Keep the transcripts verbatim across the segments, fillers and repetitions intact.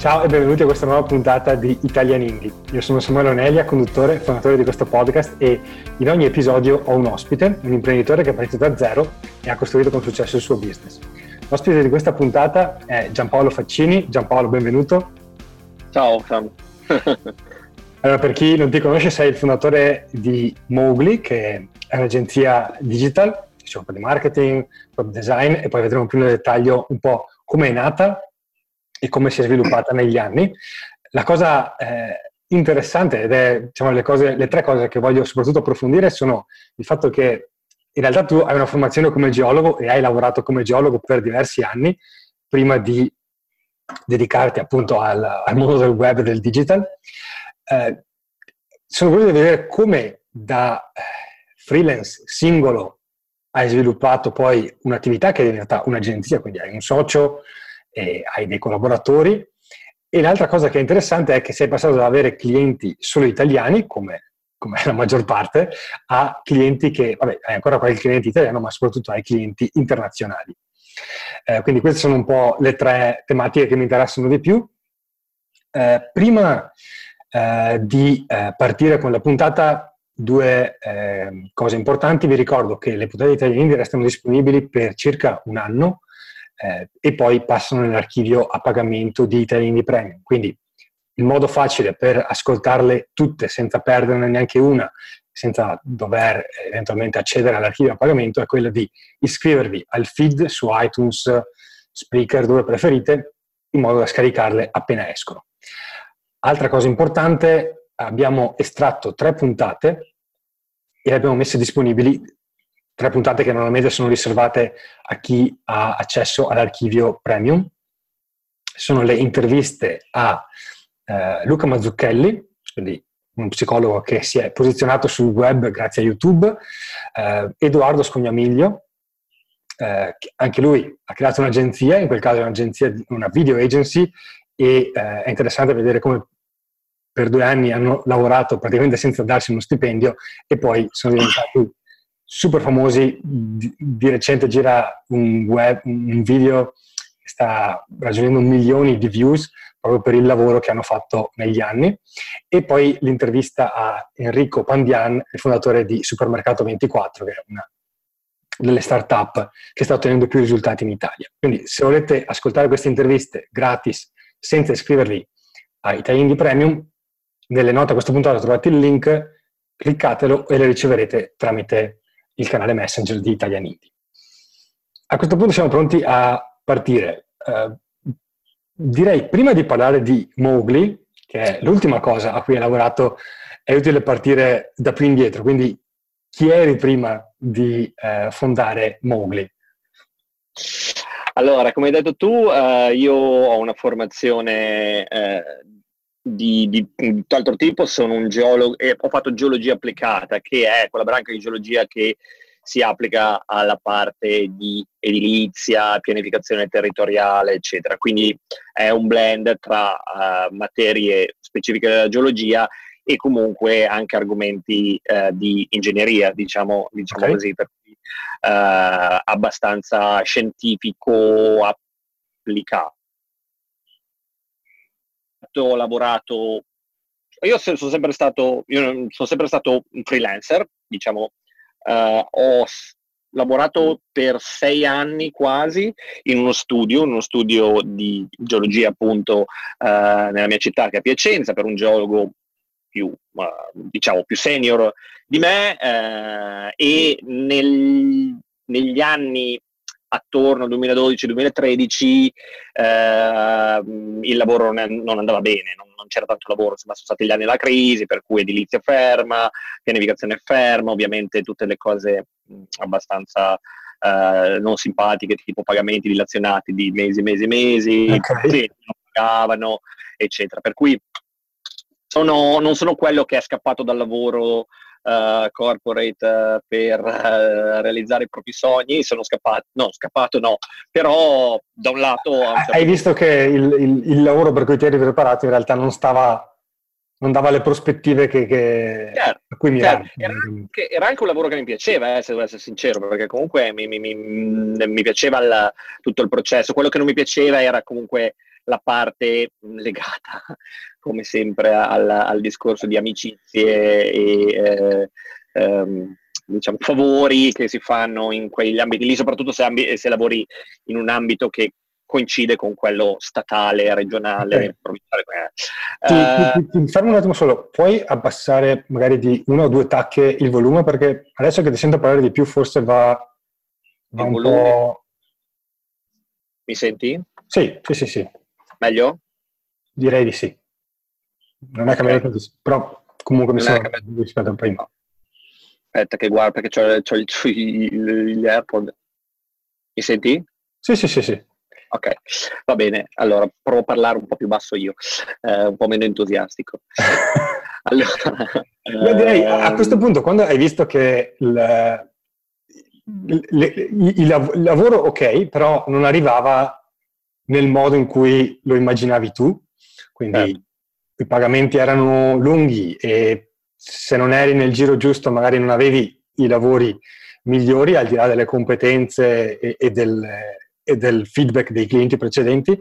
Ciao e benvenuti a questa nuova puntata di Italian Indie. Io sono Samuele Onelia, conduttore e fondatore di questo podcast, e in ogni episodio ho un ospite, un imprenditore che è partito da zero e ha costruito con successo il suo business. L'ospite di questa puntata è Giampaolo Faccini. Giampaolo, benvenuto. Ciao Sam. Allora, per chi non ti conosce, sei il fondatore di Mowgli, che è un'agenzia digital, che si occupa di marketing, web design, e poi vedremo più nel dettaglio un po' come è nata e come si è sviluppata negli anni. La cosa eh, interessante, ed è diciamo le, cose, le tre cose che voglio soprattutto approfondire, sono il fatto che in realtà tu hai una formazione come geologo e hai lavorato come geologo per diversi anni prima di dedicarti appunto al, al mondo del web e del digital. Eh, sono curioso di vedere come da freelance singolo hai sviluppato poi un'attività che è diventata un'agenzia, quindi hai un socio e hai dei collaboratori. E l'altra cosa che è interessante è che sei passato da avere clienti solo italiani, come, come la maggior parte, a clienti che, vabbè, hai ancora qualche cliente italiano, ma soprattutto hai clienti internazionali. Eh, quindi queste sono un po' le tre tematiche che mi interessano di più. Eh, prima eh, di eh, partire con la puntata, due eh, cose importanti. Vi ricordo che le puntate di Italian Indie restano disponibili per circa un anno, Eh, e poi passano nell'archivio a pagamento di Italian Indie Premium. Quindi il modo facile per ascoltarle tutte senza perderne neanche una, senza dover eventualmente accedere all'archivio a pagamento, è quello di iscrivervi al feed su iTunes, Spreaker, dove preferite, in modo da scaricarle appena escono. Altra cosa importante, abbiamo estratto tre puntate e le abbiamo messe disponibili, tre puntate che normalmente sono riservate a chi ha accesso all'archivio premium. Sono le interviste a eh, Luca Mazzucchelli, quindi un psicologo che si è posizionato sul web grazie a YouTube, eh, Edoardo Scognamiglio, eh, anche lui ha creato un'agenzia, in quel caso è un'agenzia, una video agency, e eh, è interessante vedere come per due anni hanno lavorato praticamente senza darsi uno stipendio e poi sono diventati super famosi. Di, di recente gira un, web, un video che sta raggiungendo milioni di views proprio per il lavoro che hanno fatto negli anni. E poi l'intervista a Enrico Pandian, il fondatore di Supermercato ventiquattro, che è una delle start-up che sta ottenendo più risultati in Italia. Quindi se volete ascoltare queste interviste gratis senza iscrivervi a Italian Indie Premium, nelle note a questo punto trovate il link, cliccatelo e le riceverete tramite il canale Messenger di Italian Indie. A questo punto siamo pronti a partire. Uh, direi, prima di parlare di Mowgli, che è l'ultima cosa a cui hai lavorato, è utile partire da più indietro. Quindi chi eri prima di uh, fondare Mowgli? Allora, come hai detto tu, uh, io ho una formazione uh, di, di, di altro tipo, sono un geologo e ho fatto geologia applicata, che è quella branca di geologia che si applica alla parte di edilizia, pianificazione territoriale, eccetera. Quindi è un blend tra uh, materie specifiche della geologia e comunque anche argomenti uh, di ingegneria, diciamo, diciamo Okay. così, per cui uh, abbastanza scientifico applicato. Ho lavorato, io sono sempre stato, io sono sempre stato un freelancer, diciamo. Uh, ho s- lavorato per sei anni quasi in uno studio, in uno studio di geologia appunto uh, nella mia città, che è Piacenza, per un geologo più, uh, diciamo, più senior di me, uh, e nel, negli anni attorno al duemiladodici duemilatredici eh, il lavoro non, non andava bene, non, non c'era tanto lavoro, insomma sono stati gli anni della crisi, per cui edilizia ferma, pianificazione ferma, ovviamente tutte le cose mh, abbastanza eh, non simpatiche, tipo pagamenti dilazionati di mesi, mesi, mesi, Okay. clienti non pagavano, eccetera. Per cui sono, non sono quello che è scappato dal lavoro Uh, corporate uh, per uh, realizzare i propri sogni, sono scappato, no, scappato no, però da un lato... A un certo Hai visto punto, che il, il, il lavoro per cui ti eri preparato in realtà non stava, non dava le prospettive che, che, certo, a cui certo. mirare. Era, anche, era anche un lavoro che mi piaceva, eh, se devo essere sincero, perché comunque mi, mi, mi, mi piaceva il, tutto il processo. Quello che non mi piaceva era comunque la parte legata, come sempre, al, al discorso di amicizie e eh, ehm, diciamo, favori che si fanno in quegli ambiti lì, soprattutto se, ambi- se lavori in un ambito che coincide con quello statale, regionale, okay. provinciale. Ti, ti, Uh, ti, ti fermo un attimo solo, puoi abbassare magari di una o due tacche il volume? Perché adesso che ti sento parlare di più forse va, va il un volume, po'... mi senti? Sì, sì, sì, sì, Meglio? direi di sì. Non è Ok, cambiato tantissimo, però comunque mi non è sembra cambiato. rispetto a prima. No. Aspetta che guardo perché c'ho, c'ho il- c'ho il- gli AirPod. Mi senti? Sì, sì, sì, sì. Ok, va bene. Allora, provo a parlare un po' più basso io, eh, un po' meno entusiastico. Allora, Io direi a a questo ehm, punto, quando hai visto che il, il- il- il lav- il lavoro ok, però non arrivava nel modo in cui lo immaginavi tu, certo. quindi i pagamenti erano lunghi e se non eri nel giro giusto magari non avevi i lavori migliori al di là delle competenze e, e del, e del feedback dei clienti precedenti.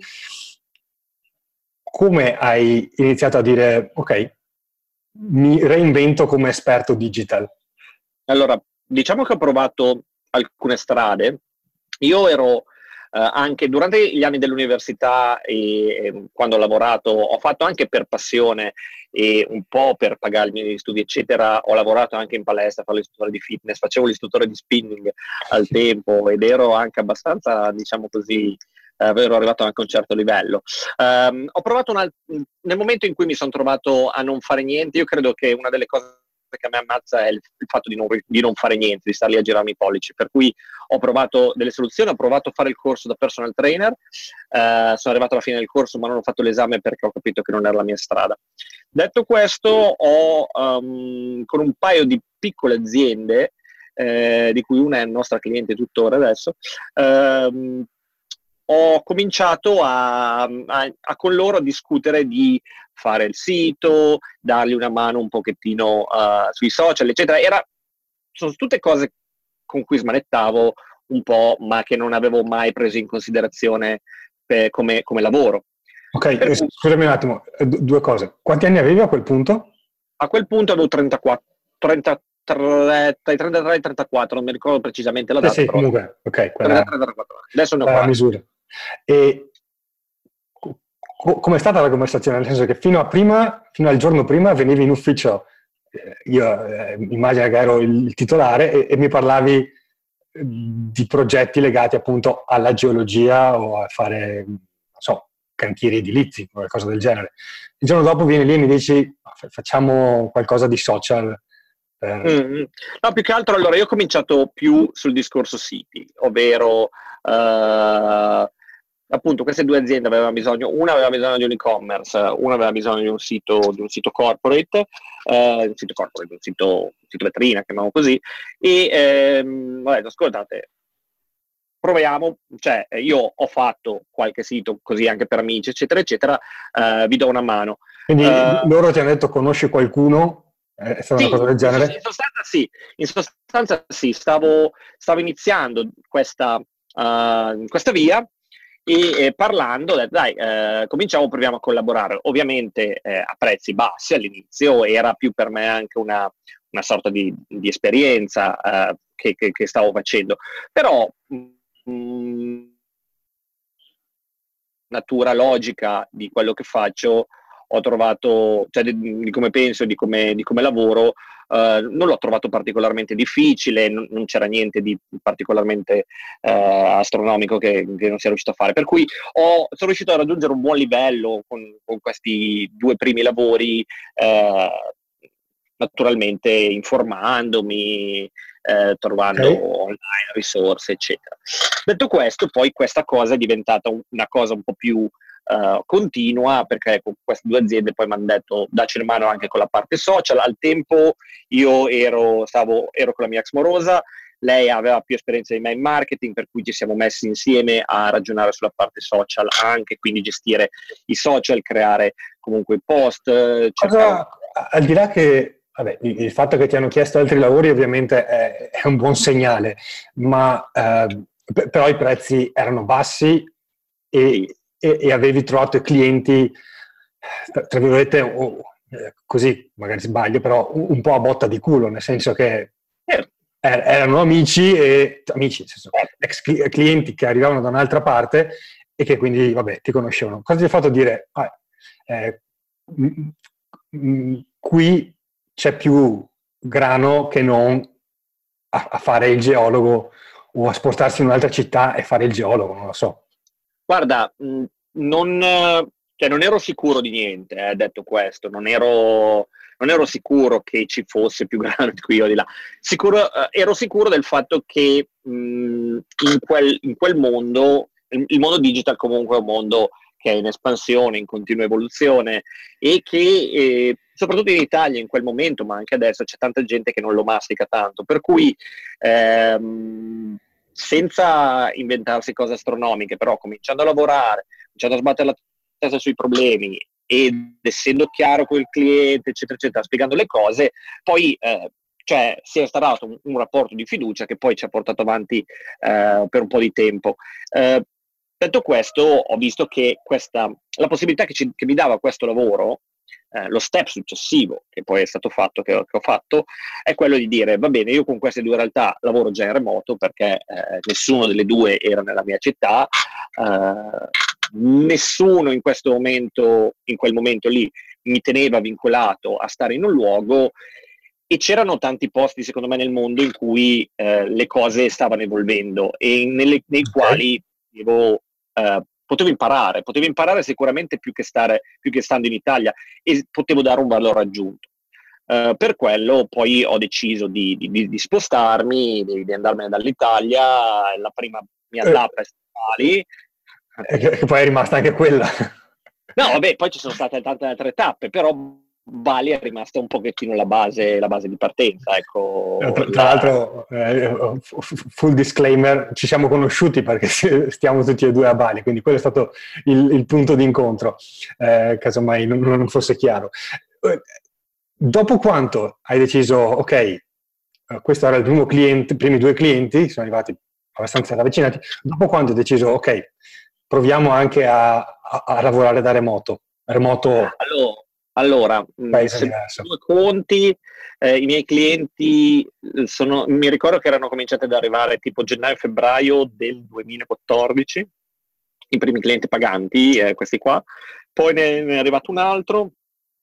Come hai iniziato a dire ok, mi reinvento come esperto digital? Allora, diciamo che ho provato alcune strade. Io ero eh, anche durante gli anni dell'università e, e quando ho lavorato, ho fatto anche per passione e un po' per pagarmi gli studi, eccetera. Ho lavorato anche in palestra, fare l'istruttore di fitness, facevo l'istruttore di spinning al tempo ed ero anche abbastanza, diciamo così, eh, ero arrivato anche a un certo livello. Um, ho provato una, nel momento in cui mi sono trovato a non fare niente, io credo che una delle cose che a me ammazza è il, il fatto di non, di non fare niente, di stare lì a girarmi i pollici, per cui ho provato delle soluzioni, ho provato a fare il corso da personal trainer, eh, sono arrivato alla fine del corso ma non ho fatto l'esame perché ho capito che non era la mia strada. Detto questo, ho um, con un paio di piccole aziende, eh, di cui una è nostra cliente tuttora adesso, ehm, ho cominciato a, a, a con loro a discutere di fare il sito, dargli una mano un pochettino uh, sui social, eccetera. Era, sono tutte cose con cui smanettavo un po', ma che non avevo mai preso in considerazione per, come, come lavoro. Ok, Per eh, cui, scusami un attimo, eh, d- due cose. Quanti anni avevi a quel punto? a quel punto avevo trentaquattro, trentatré, tra i trentatré e i trentaquattro, non mi ricordo precisamente la Sì, data, sì, però comunque, ok, quella trentatré trentaquattro anni. Adesso ne ho è la quaranta. misura. E co- com'è stata la conversazione? Nel senso che fino a prima, fino al giorno prima venivi in ufficio, eh, io eh, immagino che ero il titolare, e, e mi parlavi eh, di progetti legati appunto alla geologia o a fare, non so, cantieri edilizi o qualcosa del genere. Il giorno dopo vieni lì e mi dici facciamo qualcosa di social. Eh, Mm. No, più che altro allora io ho cominciato più sul discorso siti, ovvero eh, appunto queste due aziende avevano bisogno, una aveva bisogno di un e-commerce, una aveva bisogno di un sito, di un sito corporate, eh, un sito corporate, un sito, un sito vetrina, chiamiamolo così, e ehm, ho detto, ascoltate, proviamo, cioè io ho fatto qualche sito così anche per amici, eccetera, eccetera, eh, vi do una mano. quindi Uh, loro ti hanno detto conosci qualcuno? Eh, È stata una cosa Sì, del in, sos- in genere? sostanza sì, in sostanza sì, stavo, stavo iniziando questa, uh, questa via e eh, parlando, ho detto, dai, eh, cominciamo, proviamo a collaborare. Ovviamente eh, a prezzi bassi all'inizio, era più per me anche una, una sorta di, di esperienza eh, che, che, che stavo facendo, però mh, natura logica di quello che faccio, ho trovato, cioè di, di come penso, di come, di come lavoro, eh, non l'ho trovato particolarmente difficile, non, non c'era niente di particolarmente eh, astronomico che, che non sia riuscito a fare. Per cui ho, sono riuscito a raggiungere un buon livello con, con questi due primi lavori, eh, naturalmente informandomi, eh, trovando Ok. online risorse, eccetera. Detto questo, poi questa cosa è diventata un, una cosa un po' più uh, continua, perché con queste due aziende poi mi hanno detto dacci una mano anche con la parte social. Al tempo io ero, stavo, ero con la mia ex morosa, lei aveva più esperienza di me in marketing, per cui ci siamo messi insieme a ragionare sulla parte social anche, quindi gestire i social, creare comunque i post, cercare un... Cosa, al di là che, vabbè, il, il fatto che ti hanno chiesto altri lavori ovviamente è, è un buon segnale, ma eh, p- però i prezzi erano bassi Sì. e e, e avevi trovato i clienti, tra, tra virgolette, oh, eh, così, magari sbaglio, però un, un po' a botta di culo, nel senso che er, erano amici, e amici, nel senso, ex clienti che arrivavano da un'altra parte e che quindi, vabbè, ti conoscevano. Cosa ti ha fatto dire, ah, eh, m- m- qui c'è più grano che non a, a fare il geologo o a spostarsi in un'altra città e fare il geologo, non lo so. Guarda, mh, non, cioè, non ero sicuro di niente, eh, detto questo, non ero, non ero sicuro che ci fosse più grano di qui o di là. Sicuro, eh, ero sicuro del fatto che mh, in, quel, in quel mondo, il, il mondo digital comunque è un mondo che è in espansione, in continua evoluzione, e che eh, soprattutto in Italia in quel momento, ma anche adesso, c'è tanta gente che non lo mastica tanto, per cui ehm, senza inventarsi cose astronomiche, però cominciando a lavorare, cominciando a sbattere la testa sui problemi ed essendo chiaro con il cliente, eccetera, eccetera, spiegando le cose, poi eh, cioè, si è instaurato un, un rapporto di fiducia che poi ci ha portato avanti eh, per un po' di tempo. Eh, detto questo, ho visto che questa, la possibilità che, ci, che mi dava questo lavoro, eh, lo step successivo che poi è stato fatto, che ho, che ho fatto, è quello di dire, va bene, io con queste due realtà lavoro già in remoto perché eh, nessuno delle due era nella mia città, eh, nessuno in questo momento, in quel momento lì, mi teneva vincolato a stare in un luogo, e c'erano tanti posti, secondo me, nel mondo in cui eh, le cose stavano evolvendo e nelle, nei Okay. quali potevo, eh, potevo imparare, potevo imparare sicuramente più che, stare, più che stando in Italia, e potevo dare un valore aggiunto. Uh, per quello poi ho deciso di, di, di spostarmi, di, di andarmene dall'Italia. La prima mia Eh, tappa è stata Bali. e che, che poi è rimasta anche quella. No, vabbè, poi ci sono state tante altre tappe, però Bali è rimasta un pochettino la base, la base di partenza. Ecco, Tra, tra la... l'altro, eh, full disclaimer, ci siamo conosciuti perché stiamo tutti e due a Bali, quindi quello è stato il, il punto di incontro, eh, casomai non, non fosse chiaro. Dopo quanto hai deciso, ok, eh, questo era il primo cliente, i primi due clienti, sono arrivati abbastanza ravvicinati, dopo quanto hai deciso, ok, proviamo anche a, a, a lavorare da remoto, remoto Allora, allora mh, paese se diverso. due conti, eh, i miei clienti eh, sono, mi ricordo che erano cominciati ad arrivare tipo gennaio-febbraio del duemilaquattordici, i primi clienti paganti, eh, questi qua, poi ne, ne è arrivato un altro,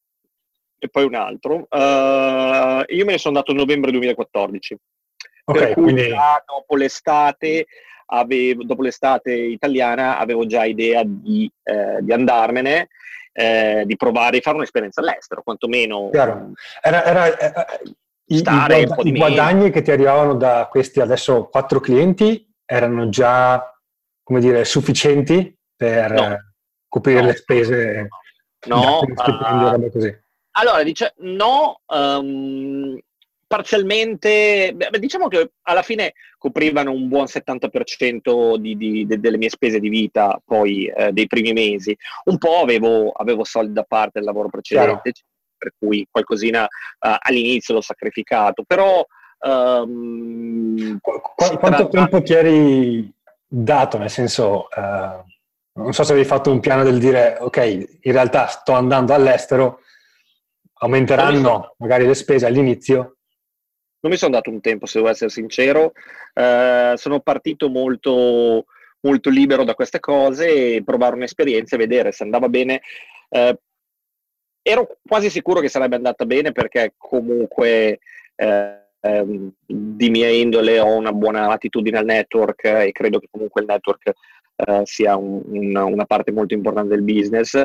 e poi un altro. Uh, io me ne sono andato a novembre duemilaquattordici, Ok, per cui quindi già dopo l'estate, avevo, dopo l'estate italiana avevo già idea di, eh, di andarmene, eh, di provare, di fare un'esperienza all'estero, quantomeno chiaro. mh, Era, era, eh, i, i stare un guada- po' di i mesi. guadagni che ti arrivavano da questi adesso quattro clienti erano già, come dire, sufficienti per No, eh, coprire no, le spese, date no. uno stipendio e Uh, roba così. allora, dice, no, um, parzialmente, beh, diciamo che alla fine coprivano un buon settanta per cento di, di, de, delle mie spese di vita, poi eh, dei primi mesi. Un po' avevo, avevo soldi da parte del lavoro Chiaro. precedente, per cui qualcosina uh, all'inizio l'ho sacrificato, però um, Qu- qu- si quanto tratta... tempo ti eri dato? Nel senso, eh, non so se avevi fatto un piano del dire, ok, in realtà sto andando all'estero, Non mi sono aumenteranno magari le spese all'inizio. Non mi sono dato un tempo, se devo essere sincero. Eh, sono partito molto, molto libero da queste cose, e provare un'esperienza e vedere se andava bene. Eh, ero quasi sicuro che sarebbe andata bene, perché comunque eh, ehm, di mia indole ho una buona attitudine al network, e credo che comunque il network eh, sia un, una, una parte molto importante del business.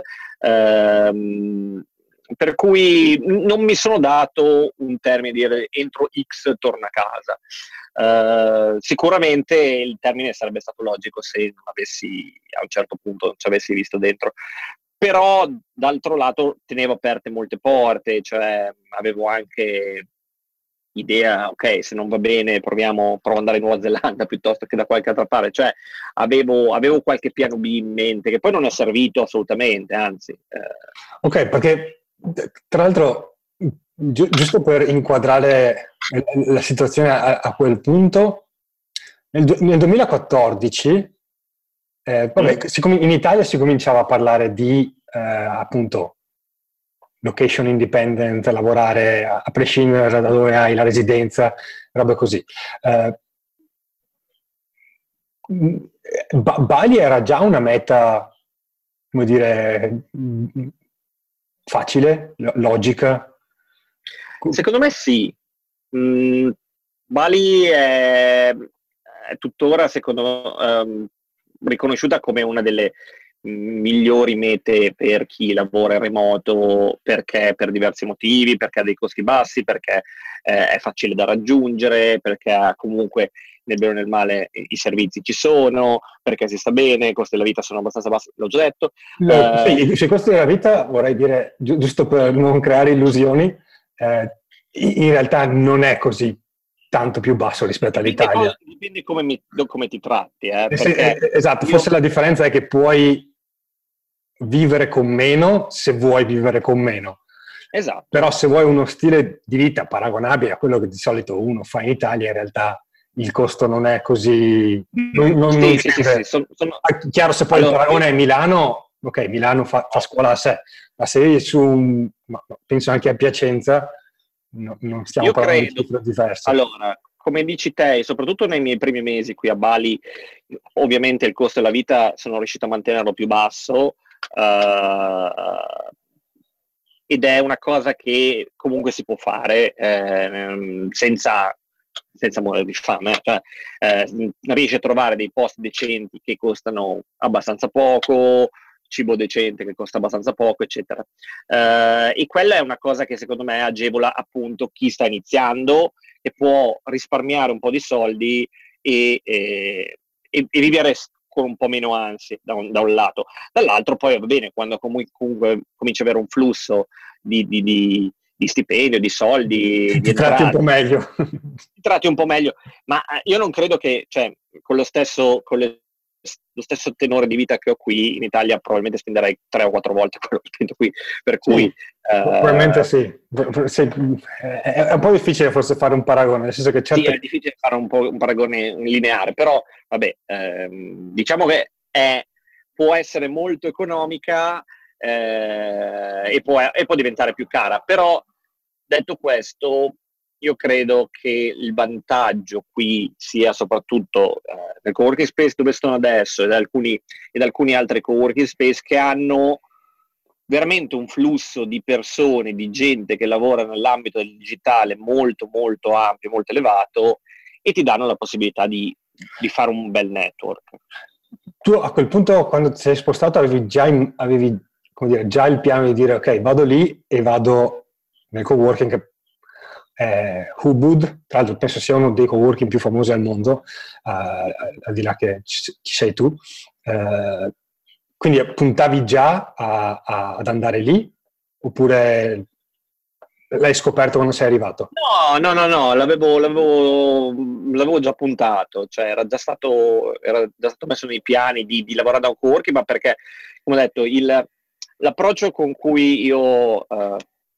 Ehm, per cui non mi sono dato un termine di dire entro X torna a casa. Uh, sicuramente il termine sarebbe stato logico se non avessi, a un certo punto, non ci avessi visto dentro, però d'altro lato tenevo aperte molte porte, cioè avevo anche idea, ok, se non va bene proviamo, provo ad andare in Nuova Zelanda piuttosto che da qualche altra parte, cioè avevo, avevo qualche piano B in mente, che poi non è servito assolutamente, anzi. Eh. Ok, perché tra l'altro, gi- giusto per inquadrare la situazione a, a quel punto, nel, du- nel duemilaquattordici Eh, vabbè, si com- in Italia si cominciava a parlare di eh, appunto location independent, lavorare a, a prescindere da dove hai la residenza, robe così. Eh, ba- Bali era già una meta, come dire, mh, facile, lo- logica. Secondo me sì. Mm, Bali è, è tuttora, secondo me, ehm, riconosciuta come una delle migliori mete per chi lavora in remoto, perché per diversi motivi, perché ha dei costi bassi, perché eh, è facile da raggiungere, perché ha comunque nel bene o nel male i servizi ci sono, perché si sta bene, i costi della vita sono abbastanza bassi, l'ho già detto. Lo- Eh, sì, sui costi della vita vorrei dire, gi- giusto per non creare illusioni, eh, in realtà non è così tanto più basso rispetto dipende, all'Italia. co- dipende come, mi- come ti tratti, eh, Eh sì, perché eh, esatto, io... forse la differenza è che puoi vivere con meno se vuoi vivere con meno. Esatto. Però se vuoi uno stile di vita paragonabile a quello che di solito uno fa in Italia, in realtà il costo non è così... Non, non, non Sì, sì, sì, sì. scende. Son- sono... Ah, chiaro, se poi il Allora, io... paragone è Milano, ok, Milano fa, fa scuola a sé, ma se vivi su, un- ma penso anche a Piacenza, no- non stiamo Io parlando di credo, cifre diverse. allora, come dici te, soprattutto nei miei primi mesi qui a Bali, ovviamente il costo della vita sono riuscito a mantenerlo più basso, eh, ed è una cosa che comunque si può fare eh, senza, senza morire di fame. Cioè, eh, riesci a trovare dei posti decenti che costano abbastanza poco, cibo decente che costa abbastanza poco, eccetera. Eh, e quella è una cosa che secondo me agevola appunto chi sta iniziando e può risparmiare un po' di soldi e, e, e, e vivere con un po' meno ansie da un, da un lato. Dall'altro poi va bene, quando comunque, comunque cominci ad avere un flusso di, di, di, di stipendio, di soldi, di Ti tratti un po' entrate, meglio. ti tratti un po' meglio, ma io non credo che, cioè, con lo stesso, con le, lo stesso tenore di vita che ho qui in Italia probabilmente spenderei tre o quattro volte quello che spendo qui, per cui Sì, probabilmente eh, sì. Sì, è è un po' difficile forse fare un paragone, nel senso che sì, certe... è difficile fare un, po' un paragone lineare, però vabbè, ehm, diciamo che è, può essere molto economica eh, e, può, e può diventare più cara, però detto questo, io credo che il vantaggio qui sia soprattutto eh, nel coworking space dove sono adesso ed alcuni, ed alcuni altri coworking space che hanno veramente un flusso di persone, di gente che lavora nell'ambito del digitale molto molto ampio, molto elevato e ti danno la possibilità di, di fare un bel network. Tu a quel punto, quando ti sei spostato, avevi già, in- avevi, come dire, già il piano di dire ok, vado lì e vado nel coworking che è Ubud, tra l'altro penso sia uno dei coworking più famosi al mondo, eh, al di là che ci, ci sei tu. Eh, quindi puntavi già a- a- ad andare lì oppure l'hai scoperto quando sei arrivato? No, no, no, no, l'avevo, l'avevo, l'avevo già puntato, cioè era già stato, era già stato messo nei piani di, di lavorare da un coworking, ma perché, come ho detto, il, l'approccio con cui io uh, uh,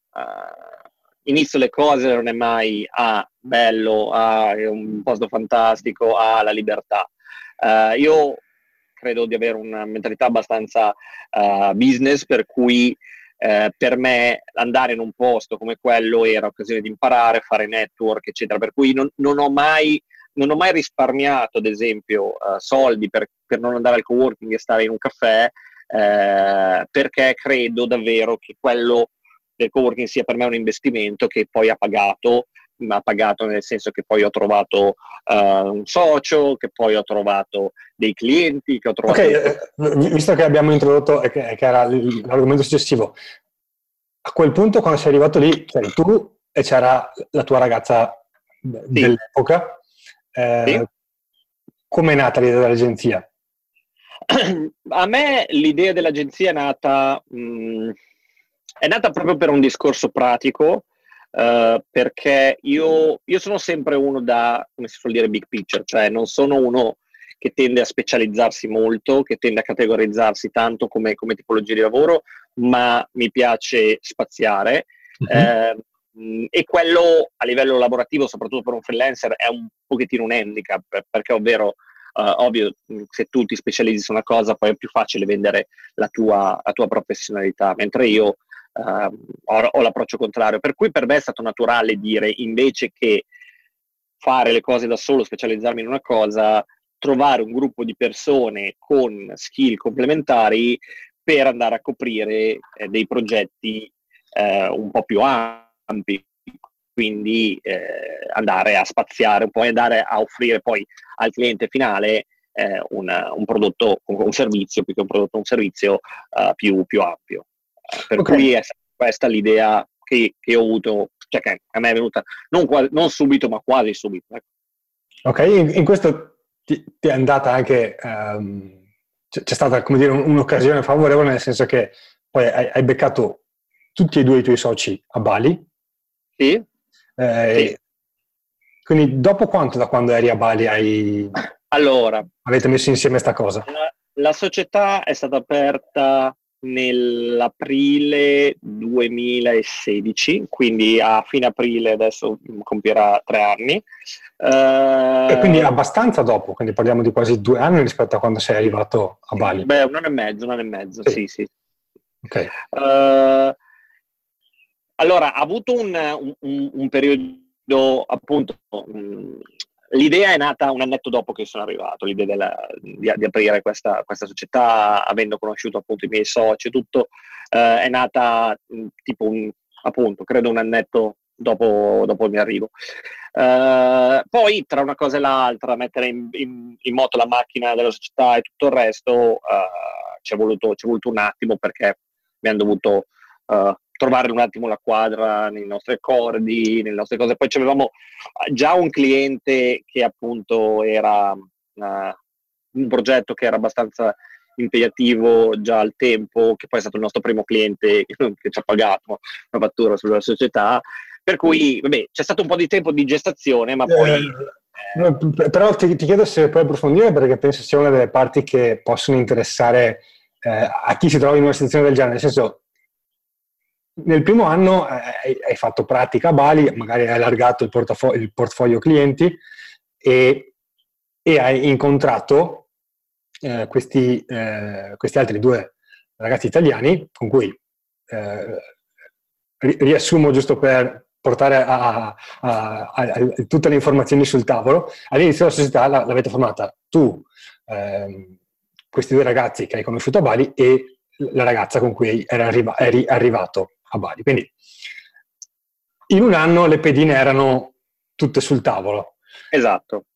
inizio le cose non è mai ah, bello, ah, è un posto fantastico, ah, la libertà. Uh, io credo di avere una mentalità abbastanza uh, business, per cui eh, per me andare in un posto come quello era occasione di imparare, fare network, eccetera. Per cui non, non ho mai non ho mai risparmiato, ad esempio, uh, soldi per, per non andare al coworking e stare in un caffè, eh, perché credo davvero che quello del coworking sia per me un investimento che poi ha pagato, ma ha pagato nel senso che poi ho trovato uh, un socio, che poi ho trovato dei clienti, che ho Ok, trovato... eh, visto che abbiamo introdotto e che, che era l'argomento successivo, a quel punto quando sei arrivato lì c'eri tu e c'era la tua ragazza Sì, dell'epoca. sì. Eh, come è nata l'idea dell'agenzia? A me l'idea dell'agenzia è nata, mh, è nata proprio per un discorso pratico, uh, perché io, io sono sempre uno da, come si suol dire, big picture, cioè non sono uno che tende a specializzarsi molto, che tende a categorizzarsi tanto come, come tipologia di lavoro, ma mi piace spaziare. Uh-huh. Eh, mh, e quello a livello lavorativo, soprattutto per un freelancer, è un pochettino un handicap, perché ovvero ovvio, se tu ti specializzi su una cosa poi è più facile vendere la tua, la tua professionalità, mentre io uh, ho, ho l'approccio contrario, per cui per me è stato naturale dire, invece che fare le cose da solo, specializzarmi in una cosa, trovare un gruppo di persone con skill complementari per andare a coprire eh, dei progetti eh, un po' più ampi, quindi eh, andare a spaziare un po' e andare a offrire poi al cliente finale eh, un, un prodotto, un servizio, più che un prodotto, un servizio uh, più, più ampio. Uh, per Okay. cui è questa l'idea che, che ho avuto, cioè che a me è venuta non, quasi, non subito, ma quasi subito. Ecco. Ok, in, in questo ti, ti è andata anche, um, c'è, c'è stata, come dire, un, un'occasione favorevole, nel senso che poi hai, hai beccato tutti e due i tuoi soci a Bali. Sì. Eh, sì. Quindi dopo quanto, da quando eri a Bali, hai, allora, avete messo insieme sta cosa? La, la società è stata aperta nell'aprile duemilasedici, quindi a fine aprile, adesso compierà tre anni. Uh, e quindi abbastanza dopo, quindi parliamo di quasi due anni rispetto a quando sei arrivato a Bali. Beh, un anno e mezzo, un anno e mezzo, sì, sì. sì. Ok. Uh, allora, ha avuto un, un, un periodo, appunto, um, l'idea è nata un annetto dopo che sono arrivato, l'idea della, di, di aprire questa, questa società, avendo conosciuto appunto i miei soci e tutto, uh, è nata um, tipo un, appunto, credo un annetto dopo, dopo il mio arrivo. Uh, poi tra una cosa e l'altra, mettere in, in, in moto la macchina della società e tutto il resto, uh, ci è voluto, ci è voluto un attimo, perché abbiamo dovuto uh, trovare un attimo la quadra nei nostri accordi, nelle nostre cose. Poi avevamo già un cliente che appunto era uh, un progetto che era abbastanza impegnativo già al tempo, che poi è stato il nostro primo cliente che, che ci ha pagato una fattura sulla società, per cui vabbè, c'è stato un po' di tempo di gestazione, ma poi... Eh, eh... Però ti, ti chiedo se puoi approfondire, perché penso sia una delle parti che possono interessare eh, a chi si trova in una situazione del genere, nel senso, nel primo anno hai, hai fatto pratica a Bali, magari hai allargato il, portafo- il portfolio clienti e, e hai incontrato eh, questi, eh, questi altri due ragazzi italiani con cui eh, riassumo giusto per portare a, a, a, a tutte le informazioni sul tavolo. All'inizio della società l'avete formata tu, ehm, questi due ragazzi che hai conosciuto a Bali, e la ragazza con cui eri, arriva, eri arrivato a Bali. Quindi in un anno le pedine erano tutte sul tavolo. Esatto.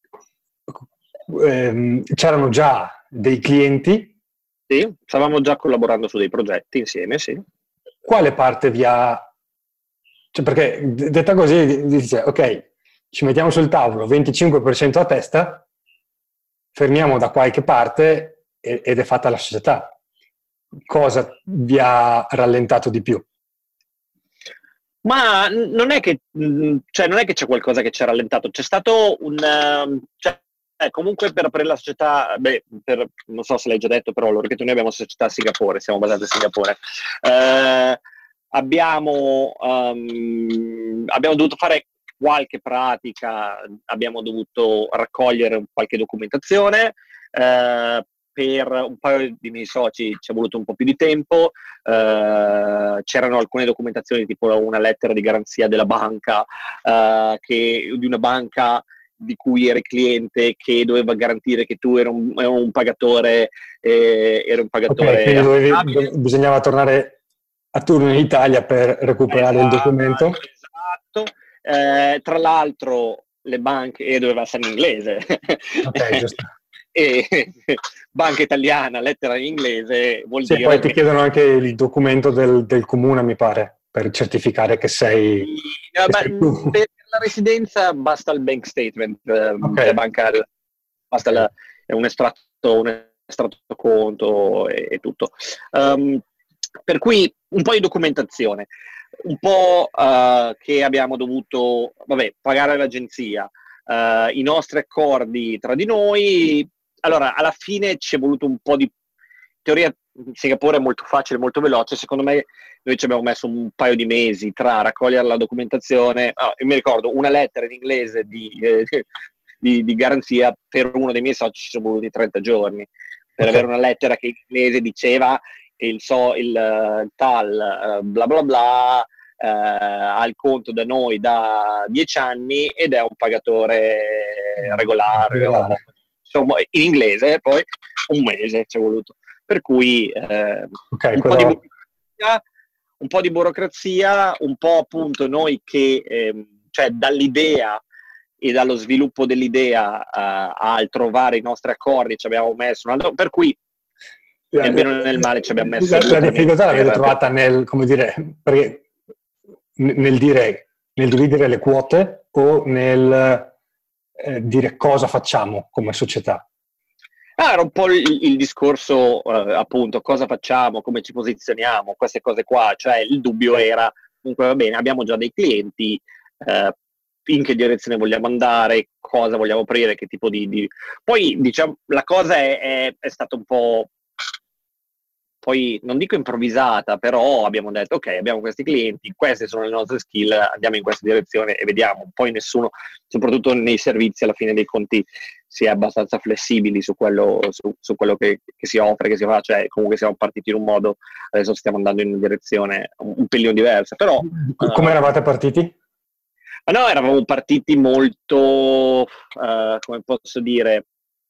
Ehm, c'erano già dei clienti. Sì, stavamo già collaborando su dei progetti insieme, sì. Quale parte vi ha... Cioè, perché detta così dice, ok, ci mettiamo sul tavolo venticinque per cento a testa, fermiamo da qualche parte ed è fatta la società. Cosa vi ha rallentato di più? Ma non è che, cioè, non è che c'è qualcosa che ci ha rallentato, c'è stato un... Cioè, eh, comunque per aprire la società, beh, per, non so se l'hai già detto, però lo ripeto, noi abbiamo società a Singapore, siamo basati a Singapore. Eh, abbiamo, um, abbiamo dovuto fare qualche pratica, abbiamo dovuto raccogliere qualche documentazione, eh, per un paio di miei soci ci è voluto un po' più di tempo, eh, c'erano alcune documentazioni tipo una lettera di garanzia della banca, eh, che, di una banca di cui eri cliente, che doveva garantire che tu eri un, un pagatore, eh, eri un pagatore. Okay, quindi dovevi, bisognava tornare a turno in Italia per recuperare esatto, il documento. Esatto. Eh, tra l'altro le banche, e doveva essere in inglese. Ok, giusto. E banca italiana, lettera in inglese, vuol sì, dire... poi ti chiedono anche il documento del, del comune, mi pare, per certificare che sei, no, che ma, sei tu. per la residenza basta il bank statement, Okay. della banca, basta okay. la, un estratto, un estratto conto e, e tutto. Um, per cui un po' di documentazione, un po' uh, che abbiamo dovuto, vabbè, pagare l'agenzia, uh, i nostri accordi tra di noi. Allora, alla fine ci è voluto un po' di... In teoria Singapore è molto facile, molto veloce, secondo me noi ci abbiamo messo un paio di mesi tra raccogliere la documentazione. Oh, io mi ricordo una lettera in inglese di, eh, di, di garanzia. Per uno dei miei soci ci sono voluti trenta giorni per Okay. avere una lettera che in inglese diceva il, so, il uh, tal uh, bla bla bla Uh, ha il conto da noi da dieci anni ed è un pagatore regolare, Regolare. o, insomma, in inglese. Poi un mese ci è voluto, per cui eh, Okay, un, po di quello burocrazia, un po' di burocrazia, un po' appunto noi che eh, cioè dall'idea e dallo sviluppo dell'idea uh, al trovare i nostri accordi ci abbiamo messo un altro, per cui la, nel la, bene o nel male ci abbiamo messo la, due o la tre mesi difficoltà l'avete per, trovata per... nel, come dire, perché nel dire, nel dividere le quote o nel eh, dire cosa facciamo come società? Ah, era un po' il, il discorso, eh, appunto, cosa facciamo, come ci posizioniamo, queste cose qua. Cioè il dubbio era, comunque va bene, abbiamo già dei clienti, eh, in che direzione vogliamo andare, cosa vogliamo aprire, che tipo di... di... Poi, diciamo, la cosa è, è, è stata un po'... Poi non dico improvvisata, però abbiamo detto ok, abbiamo questi clienti, queste sono le nostre skill, andiamo in questa direzione e vediamo. Poi nessuno, soprattutto nei servizi, alla fine dei conti si è abbastanza flessibili su quello, su, su quello che, che si offre, che si fa. Cioè comunque siamo partiti in un modo, adesso stiamo andando in una direzione un, un pelino diversa, però Come uh, eravate partiti? ma no, eravamo partiti molto, uh, come posso dire,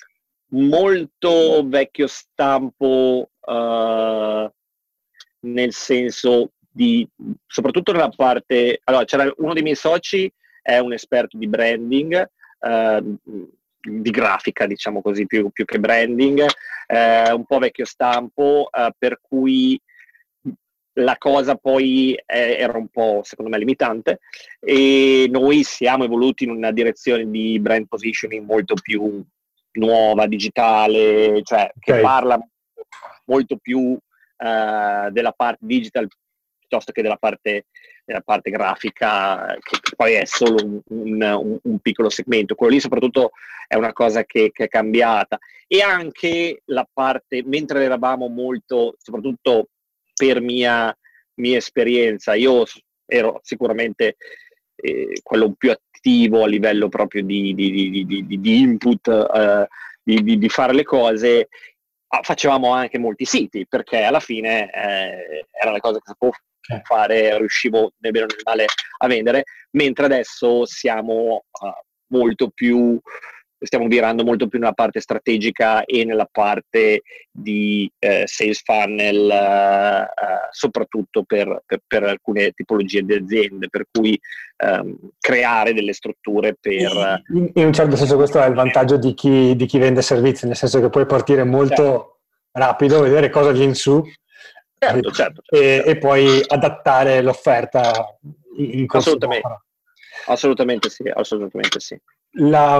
molto vecchio stampo, uh, nel senso di, soprattutto nella parte, allora c'era uno dei miei soci, è un esperto di branding, uh, di grafica, diciamo così, più, più che branding, uh, un po' vecchio stampo, uh, per cui la cosa poi è, era un po', secondo me, limitante, e noi siamo evoluti in una direzione di brand positioning molto più nuova, digitale, cioè che Ok. parla molto più uh, della parte digital piuttosto che della parte, della parte grafica, che poi è solo un, un, un piccolo segmento. Quello lì soprattutto è una cosa che, che è cambiata. E anche la parte, mentre eravamo molto, soprattutto per mia, mia esperienza, io ero sicuramente eh, quello più attivo a livello proprio di, di, di, di, di input, eh, di, di, di fare le cose. Facevamo anche molti siti, perché alla fine eh, era la cosa che sapevo fare, riuscivo nel bene o nel male a vendere, mentre adesso siamo uh, molto più, stiamo virando molto più nella parte strategica e nella parte di eh, sales funnel, uh, uh, soprattutto per, per, per alcune tipologie di aziende, per cui um, creare delle strutture per... In, in un certo senso questo è il vantaggio di chi, di chi vende servizi, nel senso che puoi partire molto certo. rapido, vedere cosa viene su Certo, certo, certo, e, certo. e poi adattare l'offerta in, in corso Assolutamente. d'opera. Assolutamente sì, assolutamente sì. La,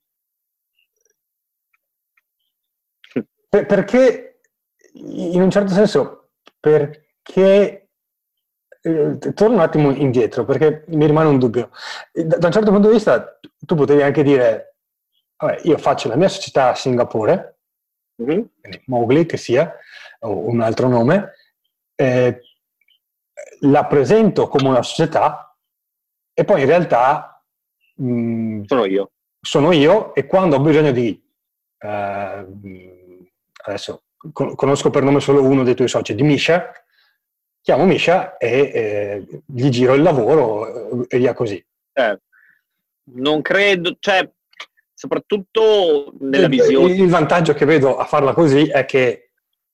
per, perché, in un certo senso, perché, eh, torno un attimo indietro, perché mi rimane un dubbio. Da, da un certo punto di vista, tu potevi anche dire, vabbè, io faccio la mia società a Singapore, mm-hmm. quindi Mowgli che sia, o un altro nome, eh, la presento come una società e poi in realtà mh, sono io. Sono io e quando ho bisogno di, eh, adesso conosco per nome solo uno dei tuoi soci, di Misha, chiamo Misha e eh, gli giro il lavoro e via così. Eh, non credo, cioè, soprattutto nella Il, visione. il vantaggio che vedo a farla così è che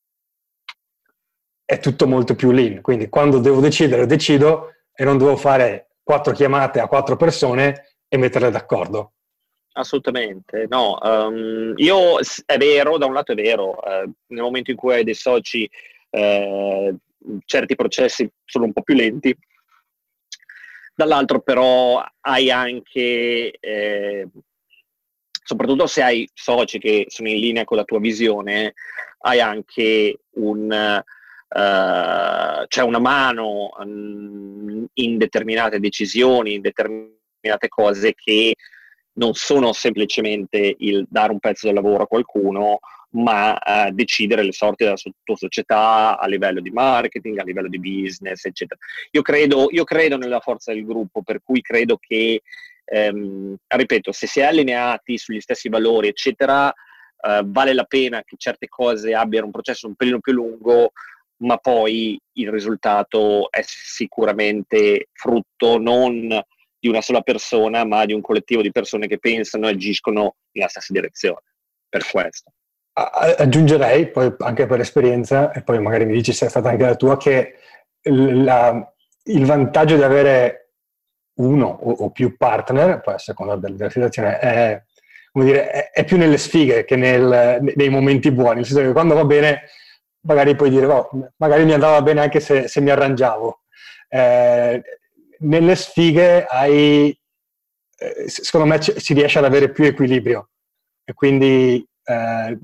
è tutto molto più lean, quindi quando devo decidere, decido e non devo fare quattro chiamate a quattro persone e metterle d'accordo. Assolutamente, no. Um, io, è vero, da un lato è vero, eh, nel momento in cui hai dei soci, eh, certi processi sono un po' più lenti, dall'altro però hai anche, eh, soprattutto se hai soci che sono in linea con la tua visione, hai anche un, uh, cioè una mano um, in determinate decisioni, in determinate cose che non sono semplicemente il dare un pezzo del lavoro a qualcuno, ma uh, decidere le sorti della tua società a livello di marketing, a livello di business, eccetera. Io credo, io credo nella forza del gruppo, per cui credo che ehm, ripeto, se si è allineati sugli stessi valori, eccetera, eh, vale la pena che certe cose abbiano un processo un pelino più lungo, ma poi il risultato è sicuramente frutto non di una sola persona, ma di un collettivo di persone che pensano e agiscono nella stessa direzione. Per questo. Aggiungerei, poi anche per esperienza, e poi magari mi dici se è stata anche la tua, che la, il vantaggio di avere uno o, o più partner, poi a seconda della, della situazione, è, come dire, è, è più nelle sfighe che nel, nei momenti buoni, nel senso che quando va bene magari puoi dire, oh, magari mi andava bene anche se, se mi arrangiavo. Eh, nelle sfighe hai, eh, secondo me c- si riesce ad avere più equilibrio e quindi eh,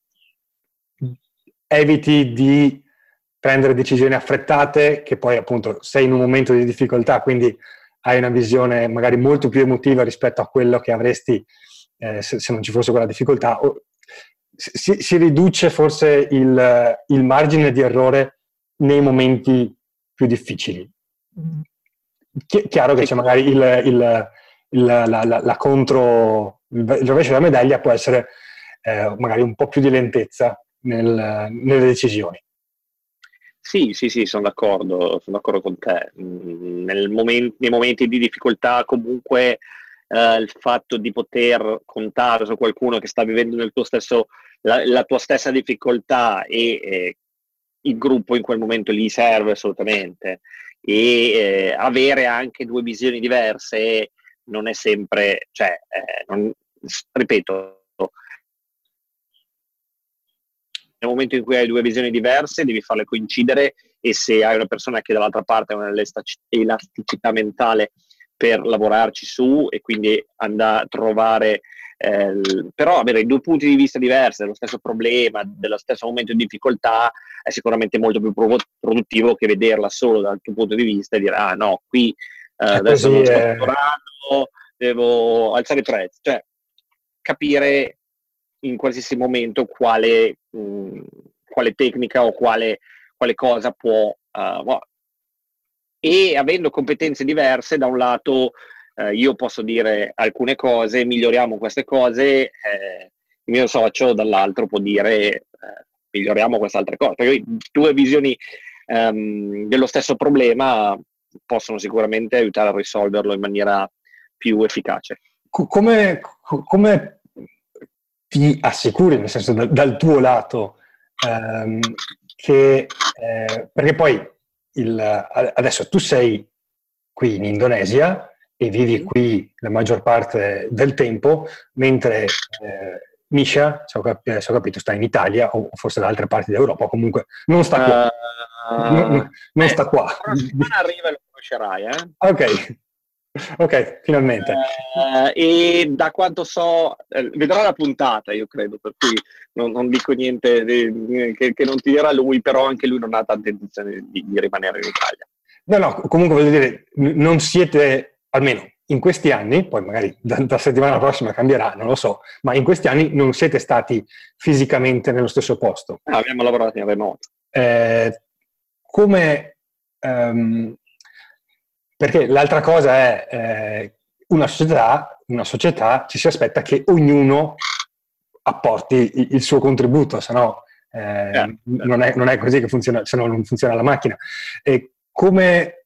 eviti di prendere decisioni affrettate che poi appunto sei in un momento di difficoltà, quindi hai una visione magari molto più emotiva rispetto a quello che avresti eh, se, se non ci fosse quella difficoltà. O, si, si riduce forse il, il margine di errore nei momenti più difficili. Chi, chiaro che c'è magari il, il, il, la, la, la contro, il rovescio della medaglia può essere eh, magari un po' più di lentezza nel, nelle decisioni. Sì, sì, sì, sono d'accordo, sono d'accordo con te. Nel momen- nei momenti di difficoltà comunque eh, il fatto di poter contare su qualcuno che sta vivendo nel tuo stesso, la, la tua stessa difficoltà e eh, il gruppo in quel momento lì serve assolutamente. E eh, avere anche due visioni diverse non è sempre, cioè, eh, non, ripeto, nel momento in cui hai due visioni diverse devi farle coincidere, e se hai una persona che dall'altra parte ha un'elasticità mentale per lavorarci su e quindi andare a trovare eh, però avere due punti di vista diversi dello stesso problema, dello stesso momento di difficoltà è sicuramente molto più produttivo che vederla solo dal tuo punto di vista e dire ah no, qui eh, adesso non sto è... lavorando, devo alzare i prezzi, cioè capire in qualsiasi momento quale, mh, quale tecnica o quale, quale cosa può uh, e avendo competenze diverse, da un lato eh, io posso dire alcune cose, miglioriamo queste cose, eh, il mio socio dall'altro può dire eh, miglioriamo queste altre cose, perché due visioni um, dello stesso problema possono sicuramente aiutare a risolverlo in maniera più efficace. Come, come ti assicuri, nel senso dal, dal tuo lato, ehm, che eh, perché poi il, adesso tu sei qui in Indonesia e vivi qui la maggior parte del tempo, mentre eh, Misha, se ho, cap- se ho capito, sta in Italia o forse da altre parti d'Europa, comunque non sta qua. Uh, non, non eh, sta qua. La prossima arriva e lo conoscerai, eh? Ok. Ok, finalmente. Uh, e da quanto so, eh, vedrò la puntata, io credo, per cui non, non dico niente di, che, che non ti dirà lui, però anche lui non ha tante intenzioni di, di rimanere in Italia. No, no, comunque voglio dire, non siete, almeno in questi anni, poi magari da, da settimana prossima cambierà, non lo so, ma in questi anni non siete stati fisicamente nello stesso posto. Ah, abbiamo lavorato in remoto. Eh, come... Um, perché l'altra cosa è eh, una società, una società ci si aspetta che ognuno apporti il, il suo contributo, se no eh, Eh, non, è, non è così che funziona, se no non funziona la macchina. E come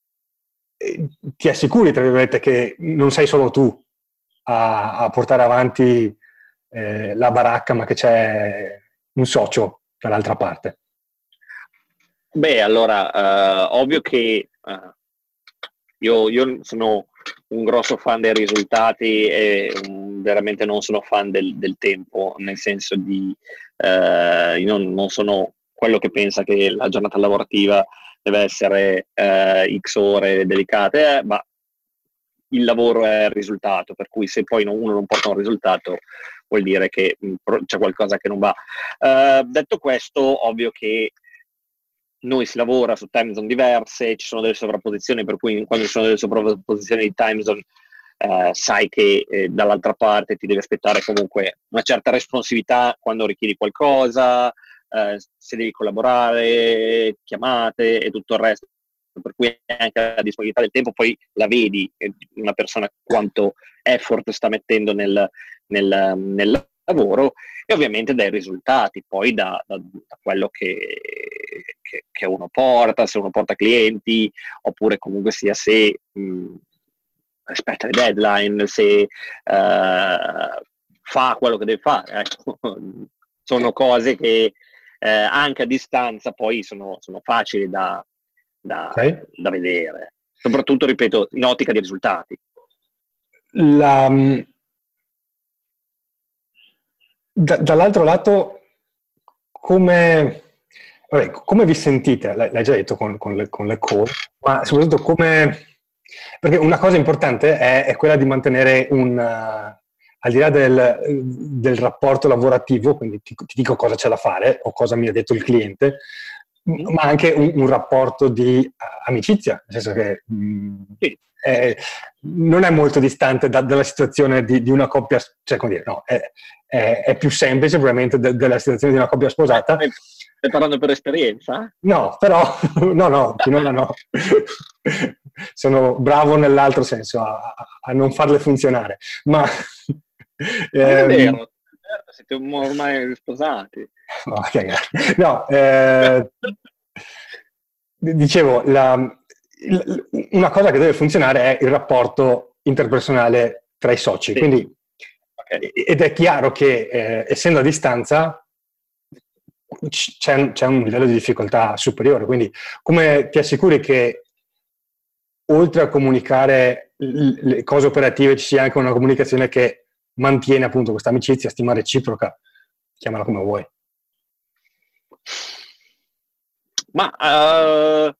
ti assicuri, tra virgolette, che non sei solo tu a, a portare avanti eh, la baracca, ma che c'è un socio dall'altra parte? Beh, allora, uh, ovvio che uh, io, io sono un grosso fan dei risultati e um, veramente non sono fan del, del tempo, nel senso di uh, io non, non sono quello che pensa che la giornata lavorativa deve essere uh, X ore dedicate, eh, ma il lavoro è il risultato, per cui se poi uno non porta un risultato vuol dire che mh, c'è qualcosa che non va. Uh, detto questo, ovvio che noi si lavora su time zone diverse, ci sono delle sovrapposizioni, per cui quando ci sono delle sovrapposizioni di time zone eh, sai che eh, dall'altra parte ti devi aspettare comunque una certa responsività quando richiedi qualcosa, eh, se devi collaborare, chiamate e tutto il resto. per cui anche la disponibilità del tempo poi la vedi, una persona quanto effort sta mettendo nel, nel, nel lavoro, e ovviamente dai risultati, poi da, da, da quello che, che, che uno porta, se uno porta clienti, oppure comunque sia se mh, rispetta le deadline, se uh, fa quello che deve fare. Ecco. Sono cose che eh, anche a distanza poi sono, sono facili da, da, okay. da vedere, soprattutto, ripeto, in ottica di risultati. La, da, dall'altro lato, come, vabbè, come vi sentite? L'hai già detto con, con, le, con le call, ma soprattutto come... Perché una cosa importante è, è quella di mantenere un... Uh, al di là del, del rapporto lavorativo, quindi ti, ti dico cosa c'è da fare o cosa mi ha detto il cliente, mm. ma anche un, un rapporto di uh, amicizia, nel senso che mh, sì. è, non è molto distante da, dalla situazione di, di una coppia, cioè come dire, no, è, è, è più semplice probabilmente de, della situazione di una coppia sposata. Stai parlando per esperienza? No, però, no, no, finora no. Sono bravo nell'altro senso a, a non farle funzionare, ma... Non è vero, siete ormai sposati. Okay. No, eh, dicevo, la, il, una cosa che deve funzionare è il rapporto interpersonale tra i soci, sì. Quindi, okay. Ed è chiaro che eh, essendo a distanza c'è, c'è un livello di difficoltà superiore, quindi come ti assicuri che oltre a comunicare le cose operative ci sia anche una comunicazione che mantiene appunto questa amicizia, stima reciproca, chiamala come vuoi. Ma uh...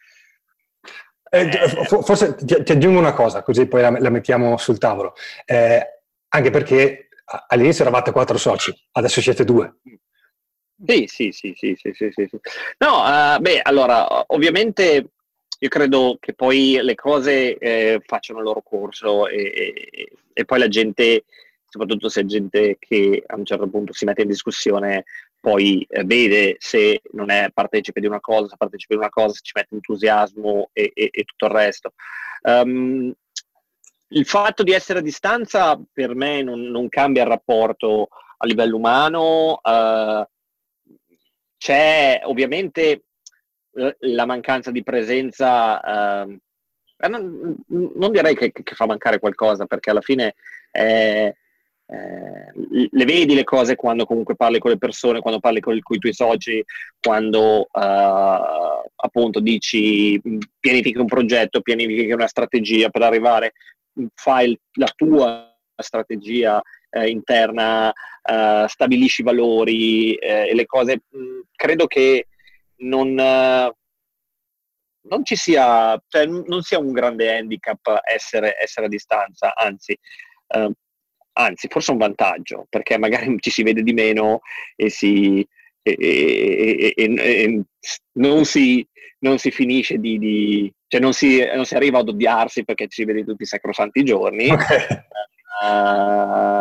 eh, forse ti, ti aggiungo una cosa, così poi la, la mettiamo sul tavolo. Eh, anche perché all'inizio eravate quattro soci, adesso siete due. Sì, sì, sì, sì, sì, sì, sì. No, uh, beh, allora, ovviamente io credo che poi le cose eh, facciano il loro corso e, e, e poi la gente, soprattutto se è gente che a un certo punto si mette in discussione, poi eh, vede se non è partecipe di una cosa, se partecipa di una cosa, se ci mette entusiasmo e, e, e tutto il resto. Um, il fatto di essere a distanza per me non, non cambia il rapporto a livello umano. Uh, c'è ovviamente la mancanza di presenza, uh, non, non direi che, che fa mancare qualcosa, perché alla fine eh, eh, le vedi le cose quando comunque parli con le persone, quando parli con, con i tuoi soci, quando uh, appunto dici pianifichi un progetto, pianifichi una strategia per arrivare, fai la tua strategia eh, interna, uh, stabilisci i valori eh, e le cose. Mh, credo che non, uh, non ci sia, cioè non sia un grande handicap essere, essere a distanza, anzi, uh, anzi forse un vantaggio, perché magari ci si vede di meno e si e, e, e, e non si non si finisce di, di cioè non si, non si arriva ad odiarsi perché ci si vede tutti i sacrosanti giorni. Okay. Uh,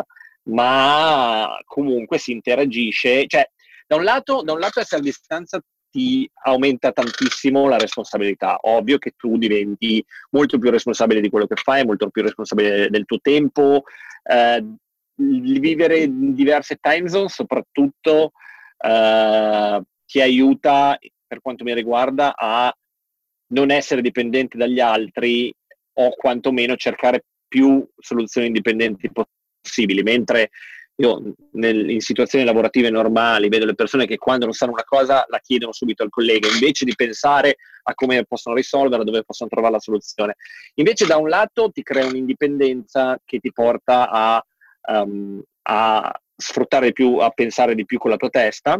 ma comunque si interagisce, cioè da un lato da un lato essere a distanza ti aumenta tantissimo la responsabilità. Ovvio che tu diventi molto più responsabile di quello che fai, molto più responsabile del tuo tempo. Eh, vivere in diverse time zone soprattutto eh, ti aiuta, per quanto mi riguarda, a non essere dipendente dagli altri o quantomeno cercare più soluzioni indipendenti possibili, mentre io nel, in situazioni lavorative normali vedo le persone che quando non sanno una cosa la chiedono subito al collega, invece di pensare a come possono risolverla, dove possono trovare la soluzione. Invece da un lato ti crea un'indipendenza che ti porta a, um, a sfruttare di più, a pensare di più con la tua testa,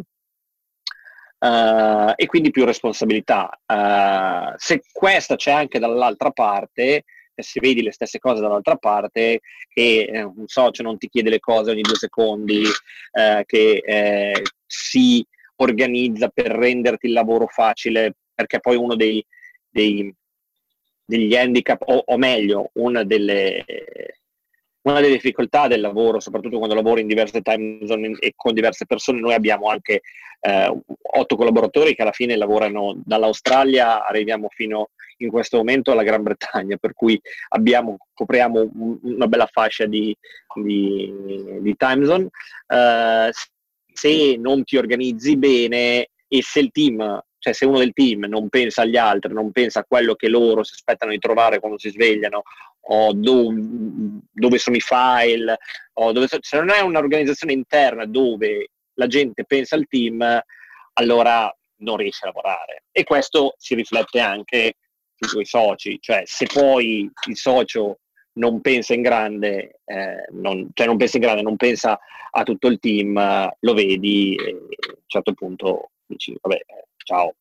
uh, e quindi più responsabilità. Uh, se questa c'è anche dall'altra parte, se vedi le stesse cose dall'altra parte, che eh, un socio non ti chiede le cose ogni due secondi, eh, che eh, si organizza per renderti il lavoro facile, perché poi uno dei, dei degli handicap, o, o meglio, una delle, una delle difficoltà del lavoro, soprattutto quando lavori in diverse time zone e con diverse persone. Noi abbiamo anche eh, otto collaboratori che alla fine lavorano dall'Australia, arriviamo fino in questo momento la Gran Bretagna, per cui abbiamo, copriamo un, una bella fascia di, di, di time zone. Uh, se non ti organizzi bene e se il team, cioè se uno del team non pensa agli altri, non pensa a quello che loro si aspettano di trovare quando si svegliano, o dove, dove sono i file, o dove so, se non è un'organizzazione interna dove la gente pensa al team, allora non riesce a lavorare. E questo si riflette anche sui tuoi soci, cioè se poi il socio non pensa in grande, eh, non, cioè non pensa in grande, non pensa a tutto il team, eh, lo vedi e a un certo punto dici, vabbè, ciao.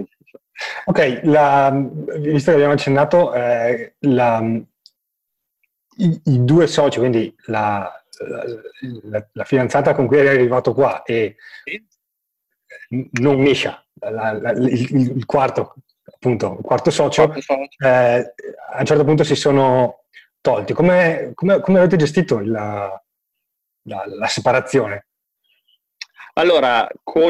Ok, la, visto che abbiamo accennato, eh, la, i, i due soci, quindi la, la, la fidanzata con cui eri arrivato qua e non Misha, la, la, il, il quarto, appunto, il quarto socio, eh, a un certo punto si sono tolti. Come, come, come avete gestito la, la, la separazione? Allora, con,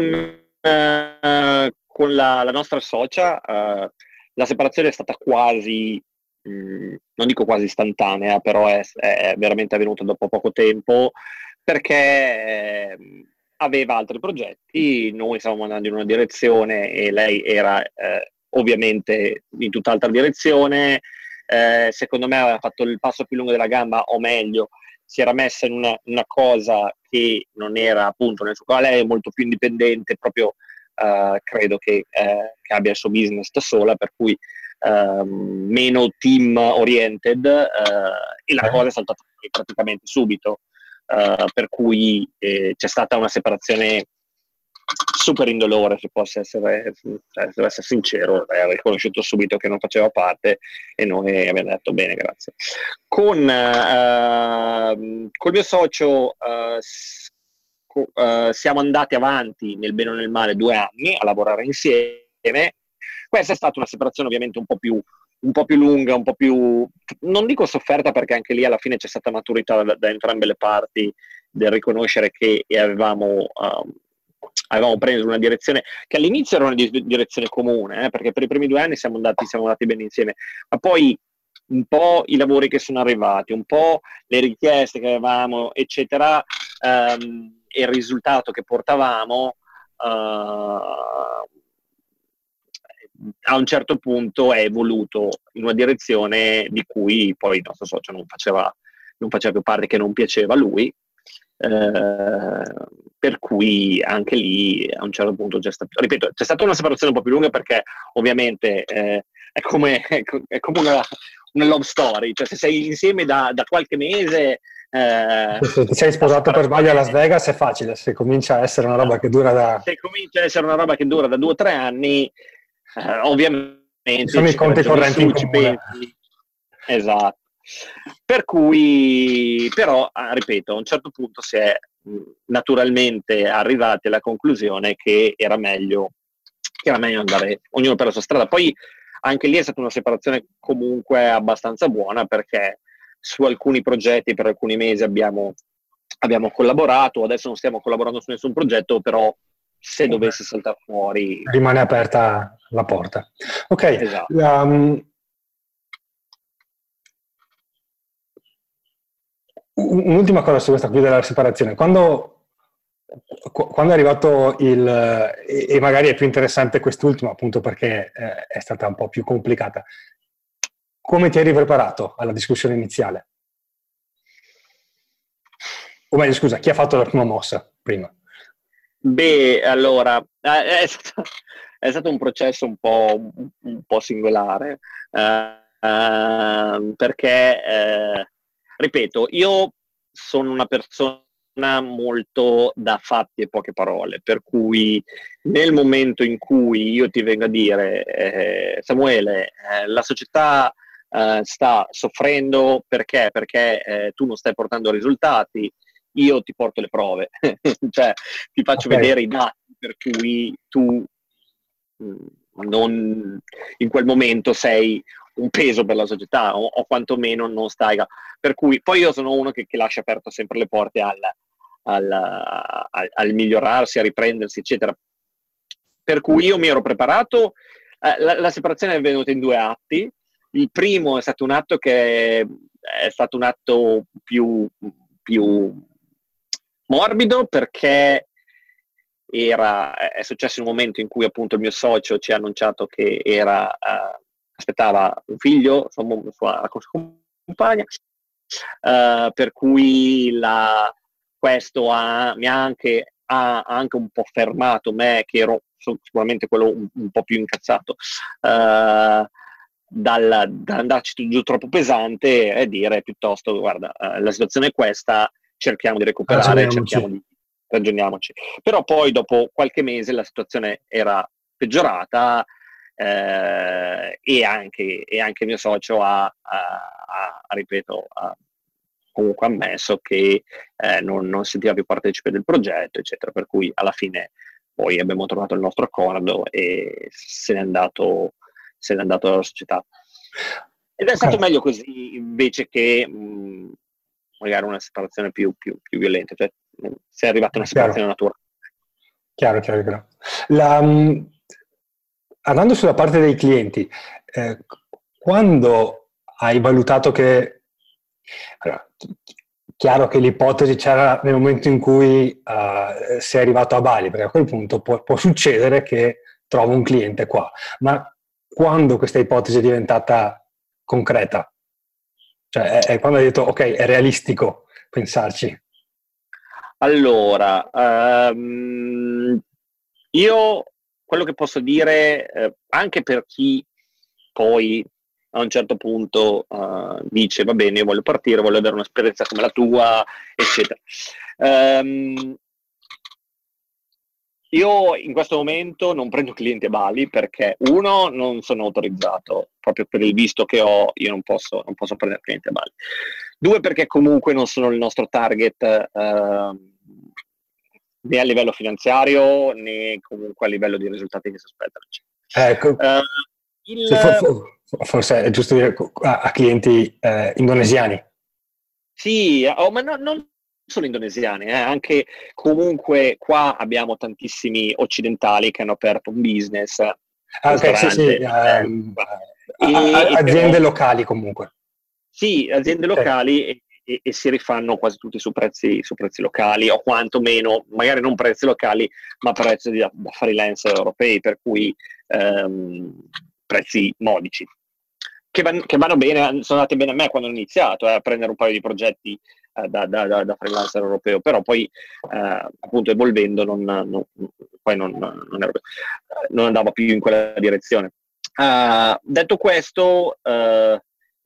eh, con la, la nostra socia, eh, la separazione è stata quasi, mh, non dico quasi istantanea, però è, è veramente avvenuta dopo poco tempo, perché eh, aveva altri progetti, noi stavamo andando in una direzione e lei era eh, ovviamente in tutt'altra direzione. Eh, secondo me aveva fatto il passo più lungo della gamba, o meglio, si era messa in una, una cosa che non era appunto nel suo quale lei è molto più indipendente, proprio uh, credo che, eh, che abbia il suo business da sola, per cui uh, meno team oriented, uh, e la cosa è saltata praticamente subito, uh, per cui eh, c'è stata una separazione super indolore, se posso essere, cioè, se devo essere sincero, ha riconosciuto subito che non faceva parte e noi abbiamo detto bene, grazie. Con uh, col mio socio uh, uh, siamo andati avanti nel bene o nel male due anni a lavorare insieme. Questa è stata una separazione ovviamente un po' più un po' più lunga, un po' più, non dico sofferta, perché anche lì alla fine c'è stata maturità da, da entrambe le parti del riconoscere che avevamo um, avevamo preso una direzione che all'inizio era una di- direzione comune, eh, perché per i primi due anni siamo andati, siamo andati bene insieme, ma poi un po' i lavori che sono arrivati, un po' le richieste che avevamo, eccetera, ehm, e il risultato che portavamo, eh, a un certo punto è evoluto in una direzione di cui poi il nostro socio non faceva, non faceva più parte, che non piaceva a lui. Eh, per cui anche lì a un certo punto c'è stato, ripeto, c'è stata una separazione un po' più lunga, perché ovviamente eh, è come, è come una, una love story, cioè se sei insieme da, da qualche mese, eh, se ti sei sposato per sbaglio a Las Vegas è facile, se comincia a essere una roba che dura da... se comincia a essere una roba che dura da due o tre anni, eh, ovviamente sono i ci conti ragioni correnti su, in ci comune. pensi. Esatto. Per cui, però, ripeto, a un certo punto si è mh, naturalmente arrivati alla conclusione che era meglio, che era meglio andare ognuno per la sua strada. Poi anche lì è stata una separazione comunque abbastanza buona, perché su alcuni progetti per alcuni mesi abbiamo, abbiamo collaborato, adesso non stiamo collaborando su nessun progetto, però se dovesse saltare fuori... rimane aperta la porta. Ok, esatto. um, un'ultima cosa su questa qui della separazione. Quando, quando è arrivato il... e magari è più interessante quest'ultimo, appunto perché eh, è stata un po' più complicata, come ti eri preparato alla discussione iniziale? O meglio, scusa, chi ha fatto la prima mossa prima? Beh, allora, è stato, è stato un processo un po', un po' singolare, eh, eh, perché, eh, ripeto, io sono una persona molto da fatti e poche parole, per cui nel momento in cui io ti vengo a dire, eh, Samuele, eh, la società eh, sta soffrendo perché? Perché eh, tu non stai portando risultati, io ti porto le prove, cioè ti faccio Okay. vedere i dati per cui tu mh, non, in quel momento sei un peso per la società, o, o quantomeno non stai. Per cui poi io sono uno che, che lascia aperto sempre le porte al, al, al, al migliorarsi, a riprendersi, eccetera. Per cui io mi ero preparato eh, la, la separazione è avvenuta in due atti. Il primo è stato un atto che è stato un atto più, più morbido, perché era, è successo in un momento in cui appunto il mio socio ci ha annunciato che era, uh, aspettava un figlio, insomma, sua, sua compagna, uh, per cui la, questo ha, mi ha anche, ha anche un po' fermato me, che ero sicuramente quello un, un po' più incazzato, uh, dal, dall'andarci giù troppo pesante, e dire piuttosto, guarda, uh, la situazione è questa, cerchiamo di recuperare, cerchiamo di ragioniamoci. Però poi dopo qualche mese la situazione era peggiorata, eh, e, anche, e anche il mio socio ha, ha, ha ripeto, ha comunque ammesso che eh, non, non sentiva più partecipe del progetto, eccetera, per cui alla fine poi abbiamo trovato il nostro accordo e se n'è andato, se n'è andato dalla società. Ed è stato meglio così invece che mh, magari una separazione più, più, più violenta, cioè se è arrivata una separazione naturale. Chiaro, chiaro, chiaro. La, um, andando sulla parte dei clienti, eh, quando hai valutato che... Allora, chiaro che l'ipotesi c'era nel momento in cui uh, sei arrivato a Bali, perché a quel punto può, può succedere che trovo un cliente qua, ma quando questa ipotesi è diventata concreta? Cioè, è, è quando hai detto, ok, è realistico pensarci. Allora, um, io quello che posso dire, eh, anche per chi poi a un certo punto uh, dice va bene, io voglio partire, voglio avere un'esperienza come la tua, eccetera. Um, io in questo momento non prendo clienti a Bali perché, uno, non sono autorizzato, proprio per il visto che ho, io non posso, non posso prendere clienti a Bali. Due, perché comunque non sono il nostro target, uh, né a livello finanziario né comunque a livello di risultati che si aspettano. Ecco, uh, il... sì, for, for, forse è giusto dire a, a clienti eh, indonesiani. Sì, oh, ma no, non solo indonesiani, eh, anche comunque qua abbiamo tantissimi occidentali che hanno aperto un business, Ah, ok, sì, sì, um, e, aziende però, locali comunque. Sì, aziende locali, okay. e, e, e si rifanno quasi tutti su prezzi, su prezzi locali, o quantomeno, magari non prezzi locali, ma prezzi da, da freelancer europei, per cui um, prezzi modici. Che, van, che vanno bene, sono andati bene a me quando ho iniziato eh, a prendere un paio di progetti eh, da, da, da, da freelancer europeo, però poi eh, appunto evolvendo non, non, poi non, non, ero, non andavo più in quella direzione. Uh, detto questo, uh,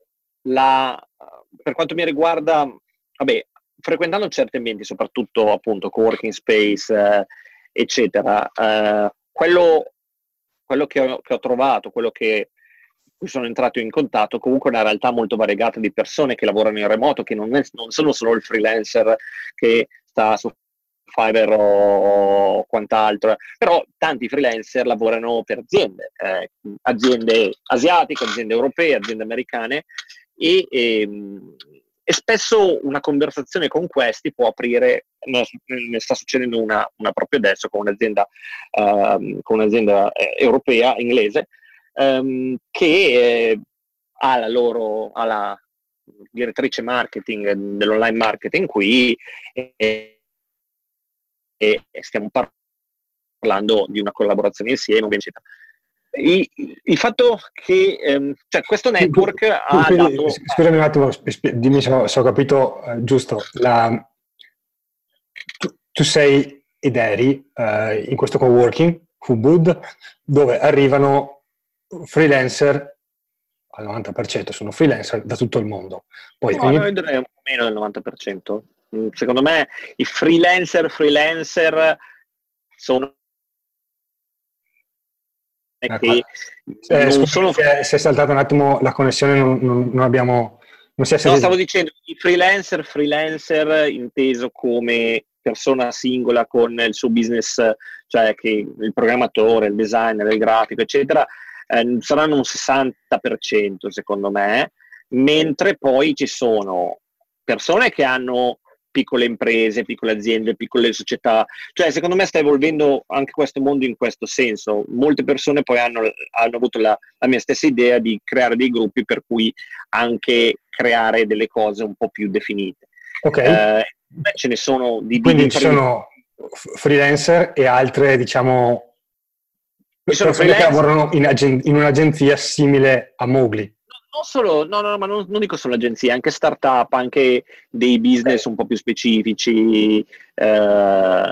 la, per quanto mi riguarda, vabbè, frequentando certi ambienti, soprattutto appunto co-working space, eh, eccetera, eh, quello, quello che ho, che ho trovato, quello che sono entrato in contatto, comunque una realtà molto variegata di persone che lavorano in remoto, che non, è, non sono solo il freelancer che sta su Fiverr o quant'altro, però tanti freelancer lavorano per aziende, eh, aziende asiatiche, aziende europee, aziende americane, e, e, e spesso una conversazione con questi può aprire, ne, ne sta succedendo una, una proprio adesso con un'azienda, uh, con un'azienda eh, europea, inglese, Um, che eh, ha la loro ha la direttrice marketing dell'online marketing qui, e, e, e stiamo parlando di una collaborazione insieme, eccetera. Il, il fatto che ehm, cioè questo network quindi, ha quindi, dato... Scusami un attimo, dimmi se ho, se ho capito eh, giusto. La, tu, tu sei ed eri eh, in questo coworking, Foodwood, dove arrivano freelancer, al novanta per cento sono freelancer da tutto il mondo. Poi no, ogni... no, direi un po' meno del novanta per cento. Secondo me i freelancer freelancer sono Ecco. che eh, non scusami, sono... si è, si è saltata un attimo la connessione, non, non, non abbiamo... Non si è No, stavo dicendo, i freelancer, freelancer inteso come persona singola con il suo business, cioè che il programmatore, il designer, il grafico, eccetera, eh, saranno un sessanta per cento secondo me, mentre poi ci sono persone che hanno piccole imprese, piccole aziende, piccole società. Cioè, secondo me sta evolvendo anche questo mondo in questo senso. Molte persone poi hanno, hanno avuto la, la mia stessa idea di creare dei gruppi per cui anche creare delle cose un po' più definite. Ok. Eh, ce ne sono di, Quindi di ci sono freelancer e altre, diciamo, ci sono persone che freelancer, lavorano in, agen- in un'agenzia simile a Mowgli. non solo, no, no, ma non, non dico solo agenzie, anche startup, anche dei business Okay. un po' più specifici, eh,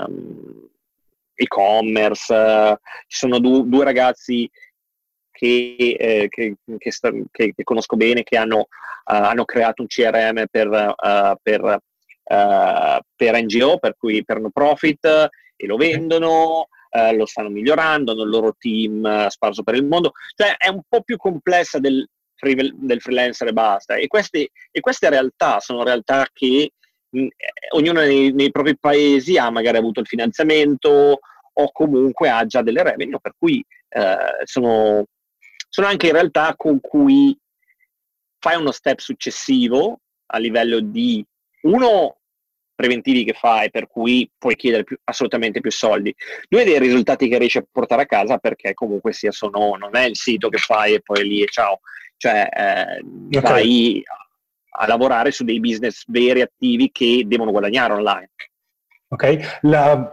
e-commerce. eh, Ci sono du- due ragazzi che, eh, che, che, sta- che- che conosco bene, che hanno, eh, hanno creato un C R M per, eh, per, eh, per N G O, per cui per no profit, e lo vendono. Eh, lo stanno migliorando, hanno il loro team eh, sparso per il mondo. Cioè è un po' più complessa del, free- del freelancer e basta. E queste, e queste realtà sono realtà che mh, ognuno nei, nei propri paesi ha magari avuto il finanziamento o comunque ha già delle revenue, per cui eh, sono, sono anche in realtà con cui fai uno step successivo a livello di uno preventivi che fai, per cui puoi chiedere più, assolutamente più soldi, due dei risultati che riesci a portare a casa, perché comunque sia sono, non è il sito che fai e poi lì e ciao, cioè eh, Okay. vai a, a lavorare su dei business veri, attivi, che devono guadagnare online. Ok, la,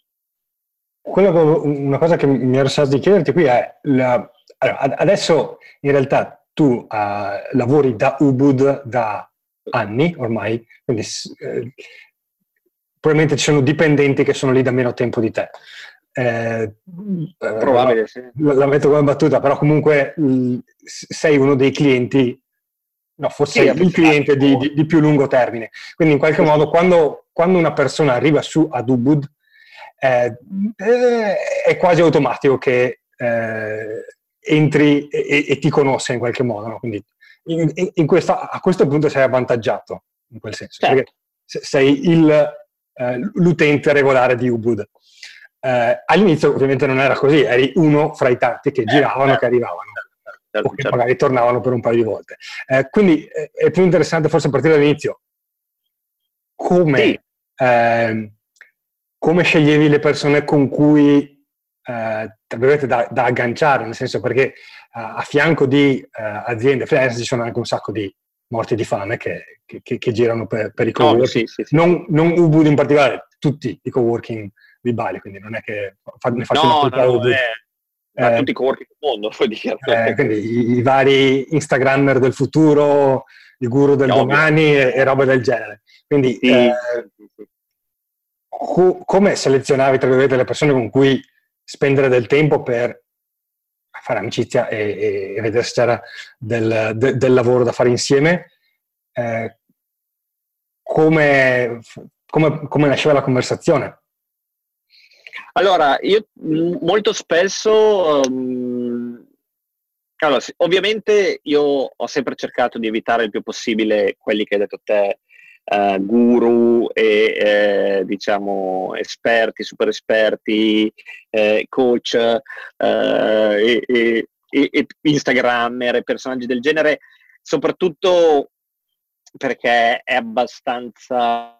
quello che- una cosa che mi ero stato di chiederti qui è, la, allora, ad- adesso in realtà tu eh, lavori da Ubud da anni ormai, quindi s- eh, probabilmente ci sono dipendenti che sono lì da meno tempo di te. Eh, eh, Probabile, sì. la, la metto come battuta, però comunque mh, sei uno dei clienti, no, forse Sì, sei il cliente di, affezionato. di- di più lungo termine. Quindi in qualche Questo modo quando, quando una persona arriva su ad Ubud eh, eh, è quasi automatico che eh, entri e, e ti conosce in qualche modo, no? Quindi in, in- in questa- a questo punto sei avvantaggiato in quel senso, perché certo. se- sei il, eh, l'utente regolare di Ubud. Eh, all'inizio ovviamente non era così, eri uno fra i tanti che Eh, giravano, che certo, arrivavano certo, o certo, che certo. magari tornavano per un paio di volte. Eh, quindi eh, è più interessante forse partire dall'inizio. Sì. Come, eh, come sceglievi le persone con cui eh, tra virgolette, da, da agganciare, nel senso perché eh, a fianco di eh, aziende freelance ci sono anche un sacco di morti di fame che, che, che, che girano per, per i Ovvio, coworking, sì, sì, sì, sì. non, non Ubud in particolare, tutti i coworking di Bali, quindi non è che fa, ne faccio una No, no, colpa a no, Ubud. eh, ma Eh, tutti i coworking del mondo, puoi dire. eh, quindi i, i vari Instagrammer del futuro, i guru del Ovvio. domani e, e roba del genere. Quindi eh, Sì, sì, sì, sì. co- come selezionavi tra virgolette le persone con cui spendere del tempo per fare amicizia e, e vedere se c'era del, de, del lavoro da fare insieme? Eh, come, come, come nasceva la conversazione? Allora, io mh, molto spesso, um, allora, sì, ovviamente io ho sempre cercato di evitare il più possibile quelli che hai detto te, eh, guru e eh, diciamo esperti, super esperti, eh, coach eh, e, e, e, e Instagrammer e personaggi del genere, soprattutto perché è abbastanza,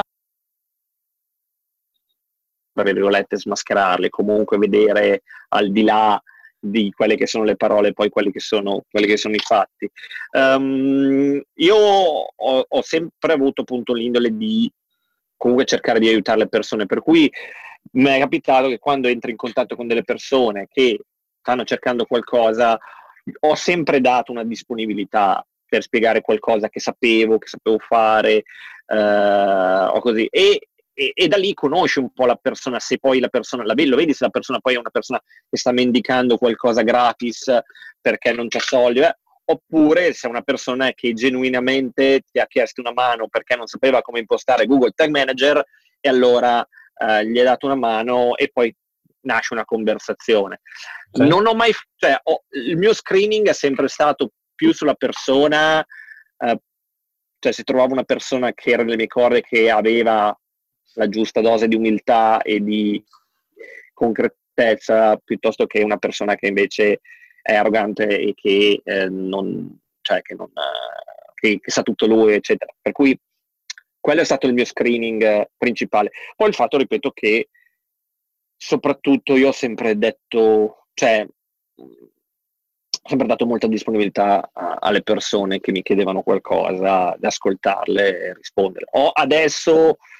tra virgolette, smascherarli, comunque vedere al di là di quelle che sono le parole, poi quelli che sono, quelli che sono i fatti. Um, io ho, ho sempre avuto appunto l'indole di comunque cercare di aiutare le persone, per cui mi è capitato che quando entro in contatto con delle persone che stanno cercando qualcosa, ho sempre dato una disponibilità per spiegare qualcosa che sapevo, che sapevo fare, eh, o così. E, e, e da lì conosci un po' la persona, se poi la persona, la vedi, lo vedi se la persona poi è una persona che sta mendicando qualcosa gratis perché non c'ha soldi, eh, oppure se è una persona che genuinamente ti ha chiesto una mano perché non sapeva come impostare Google Tag Manager e allora eh, gli hai dato una mano e poi nasce una conversazione. Sì. Non ho mai, cioè, ho, il mio screening è sempre stato più sulla persona, eh, cioè se trovavo una persona che era nelle mie corde, che aveva la giusta dose di umiltà e di concretezza, piuttosto che una persona che invece è arrogante e che eh, non, cioè che non, eh, che, che sa tutto lui, eccetera. Per cui quello è stato il mio screening eh, principale. Poi il fatto, ripeto, che soprattutto io ho sempre detto, cioè ho sempre dato molta disponibilità a, alle persone che mi chiedevano qualcosa, di ascoltarle e rispondere. Ho adesso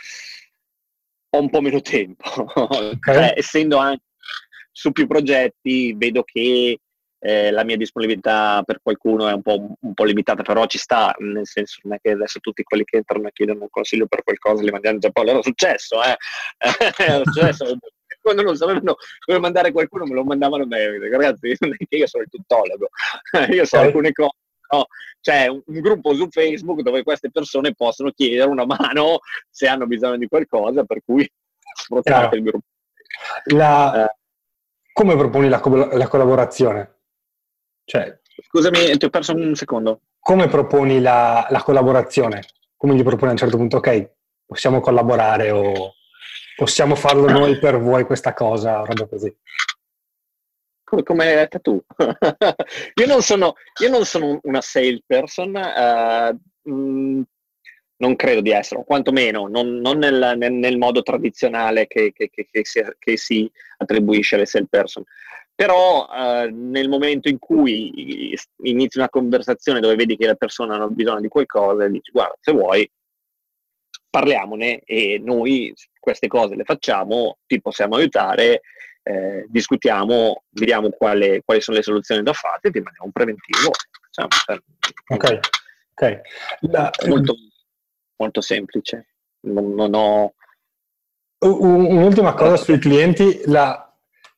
ho un po' meno tempo, Okay. cioè, essendo anche su più progetti, vedo che eh, la mia disponibilità per qualcuno è un po', un po' limitata, però ci sta, nel senso non è che adesso tutti quelli che entrano e chiedono un consiglio per qualcosa li mandiamo già. Poi era successo, eh? Era successo. Quando non sapevano come mandare qualcuno me lo mandavano a me, ragazzi, non è che io sono il tuttologo, io so Okay. alcune cose. No, c'è un, un gruppo su Facebook dove queste persone possono chiedere una mano se hanno bisogno di qualcosa, per cui sfruttate il gruppo. La, Eh, come proponi la, co- la collaborazione? Cioè, scusami, ti ho perso un secondo. come proponi la, la collaborazione? Come gli proponi a un certo punto, ok, possiamo collaborare o possiamo farlo noi per voi questa cosa, o roba così? Come, come hai detto tu. io, non sono, io non sono una salesperson, uh, mh, non credo di essere, quantomeno non, non nel, nel, nel modo tradizionale che, che, che, che, si, che si attribuisce alle salesperson. Però uh, nel momento in cui inizi una conversazione dove vedi che la persona ha bisogno di qualcosa e dici guarda, se vuoi parliamone e noi queste cose le facciamo, ti possiamo aiutare, eh, discutiamo, vediamo quale, quali sono le soluzioni da fare e ti mandiamo un preventivo. Facciamo, ok, ok. La, molto, molto semplice. Non, non ho... Un'ultima cosa sui clienti, la,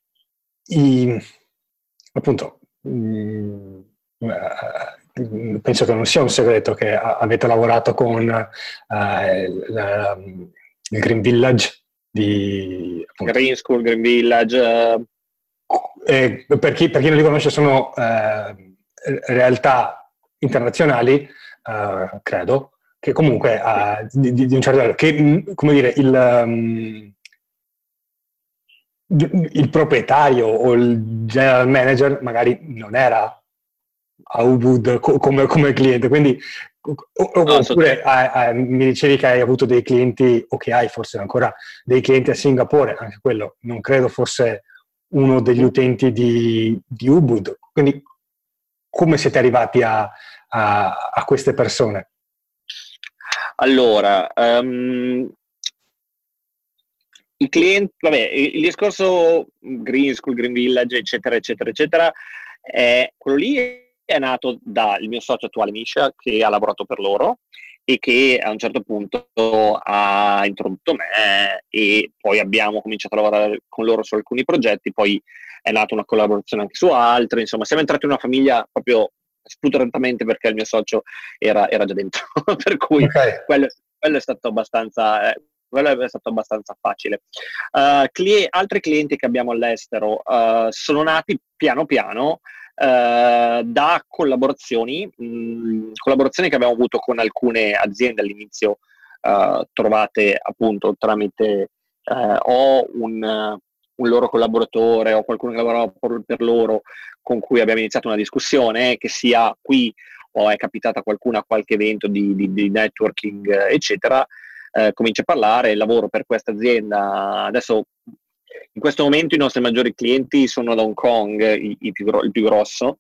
i, appunto, mh, penso che non sia un segreto che avete lavorato con uh, la, il Green Village di appunto. Green School, Green Village. Uh... Eh, per, chi, per chi non li conosce sono eh, realtà internazionali, uh, credo, che comunque uh, di, di un certo livello, che come dire il, um, il proprietario o il general manager magari non era a Ubud co- come, come cliente, quindi o, no, oppure hai, hai, mi dicevi che hai avuto dei clienti o che hai forse ancora dei clienti a Singapore, anche quello non credo fosse uno degli utenti di, di Ubud, quindi come siete arrivati a, a, a queste persone? Allora, um, i clienti, vabbè, il discorso Green School, Green Village, eccetera, eccetera, eccetera, è, quello lì è nato dal mio socio attuale Misha, che ha lavorato per loro e che a un certo punto ha introdotto me e poi abbiamo cominciato a lavorare con loro su alcuni progetti, poi è nata una collaborazione anche su altri, insomma siamo entrati in una famiglia proprio spudoratamente perché il mio socio era, era già dentro, per cui okay. quello, quello è stato abbastanza... Eh, quello è stato abbastanza facile. Uh, cli- altri clienti che abbiamo all'estero uh, sono nati piano piano uh, da collaborazioni, mh, collaborazioni che abbiamo avuto con alcune aziende all'inizio, uh, trovate appunto tramite uh, o un, uh, un loro collaboratore o qualcuno che lavorava per, per loro con cui abbiamo iniziato una discussione, che sia qui o è capitata qualcuno a qualche evento di, di, di networking, eccetera. Eh, comincia a parlare, lavoro per questa azienda. Adesso in questo momento i nostri maggiori clienti sono da Hong Kong, i, i più, il più grosso,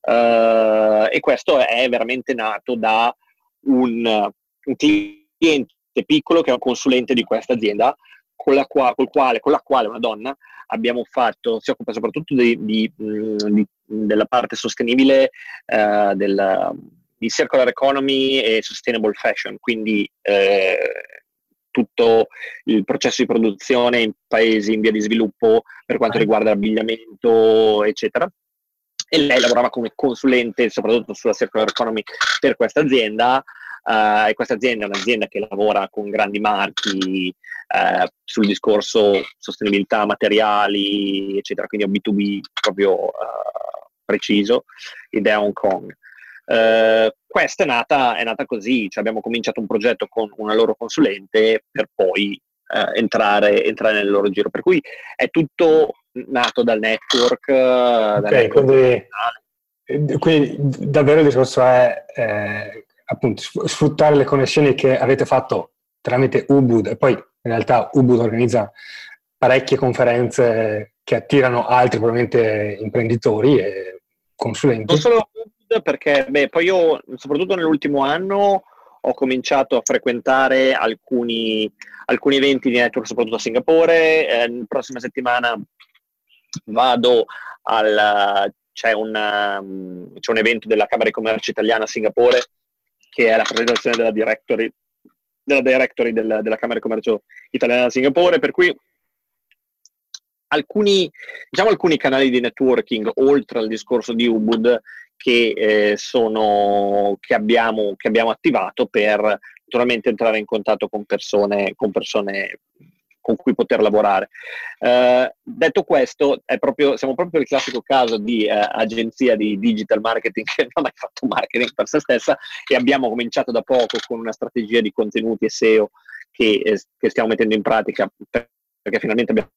eh, e questo è veramente nato da un, un cliente piccolo che è un consulente di questa azienda, con la, qua, col quale, con la quale una donna abbiamo fatto, si occupa soprattutto di, di, di, della parte sostenibile, eh, del, di circular economy e sustainable fashion, quindi eh, tutto il processo di produzione in paesi in via di sviluppo per quanto riguarda l'abbigliamento, eccetera. E lei lavorava come consulente soprattutto sulla circular economy per questa azienda, uh, e questa azienda è un'azienda che lavora con grandi marchi uh, sul discorso sostenibilità, materiali, eccetera, quindi è un B due B proprio uh, preciso, ed è a Hong Kong. Uh, questa è nata, è nata così, cioè abbiamo cominciato un progetto con una loro consulente per poi uh, entrare, entrare nel loro giro, per cui è tutto nato dal network, uh, okay, dal network quindi, quindi davvero il discorso è eh, appunto sfruttare le connessioni che avete fatto tramite Ubud, e poi in realtà Ubud organizza parecchie conferenze che attirano altri probabilmente imprenditori e consulenti. Non solo Ubud, perché beh, poi io, soprattutto nell'ultimo anno, ho cominciato a frequentare alcuni, alcuni eventi di network, soprattutto a Singapore. Eh, la prossima settimana vado al... C'è un, um, c'è un evento della Camera di Commercio Italiana a Singapore, che è la presentazione della directory, della, directory del, della Camera di Commercio Italiana a Singapore, per cui alcuni, diciamo, alcuni canali di networking, oltre al discorso di Ubud, che, eh, sono, che, abbiamo, che abbiamo attivato per naturalmente entrare in contatto con persone, con persone con cui poter lavorare. Uh, detto questo, è proprio, siamo proprio il classico caso di uh, agenzia di digital marketing che non ha mai fatto marketing per se stessa, e abbiamo cominciato da poco con una strategia di contenuti e S E O che, eh, che stiamo mettendo in pratica, perché finalmente abbiamo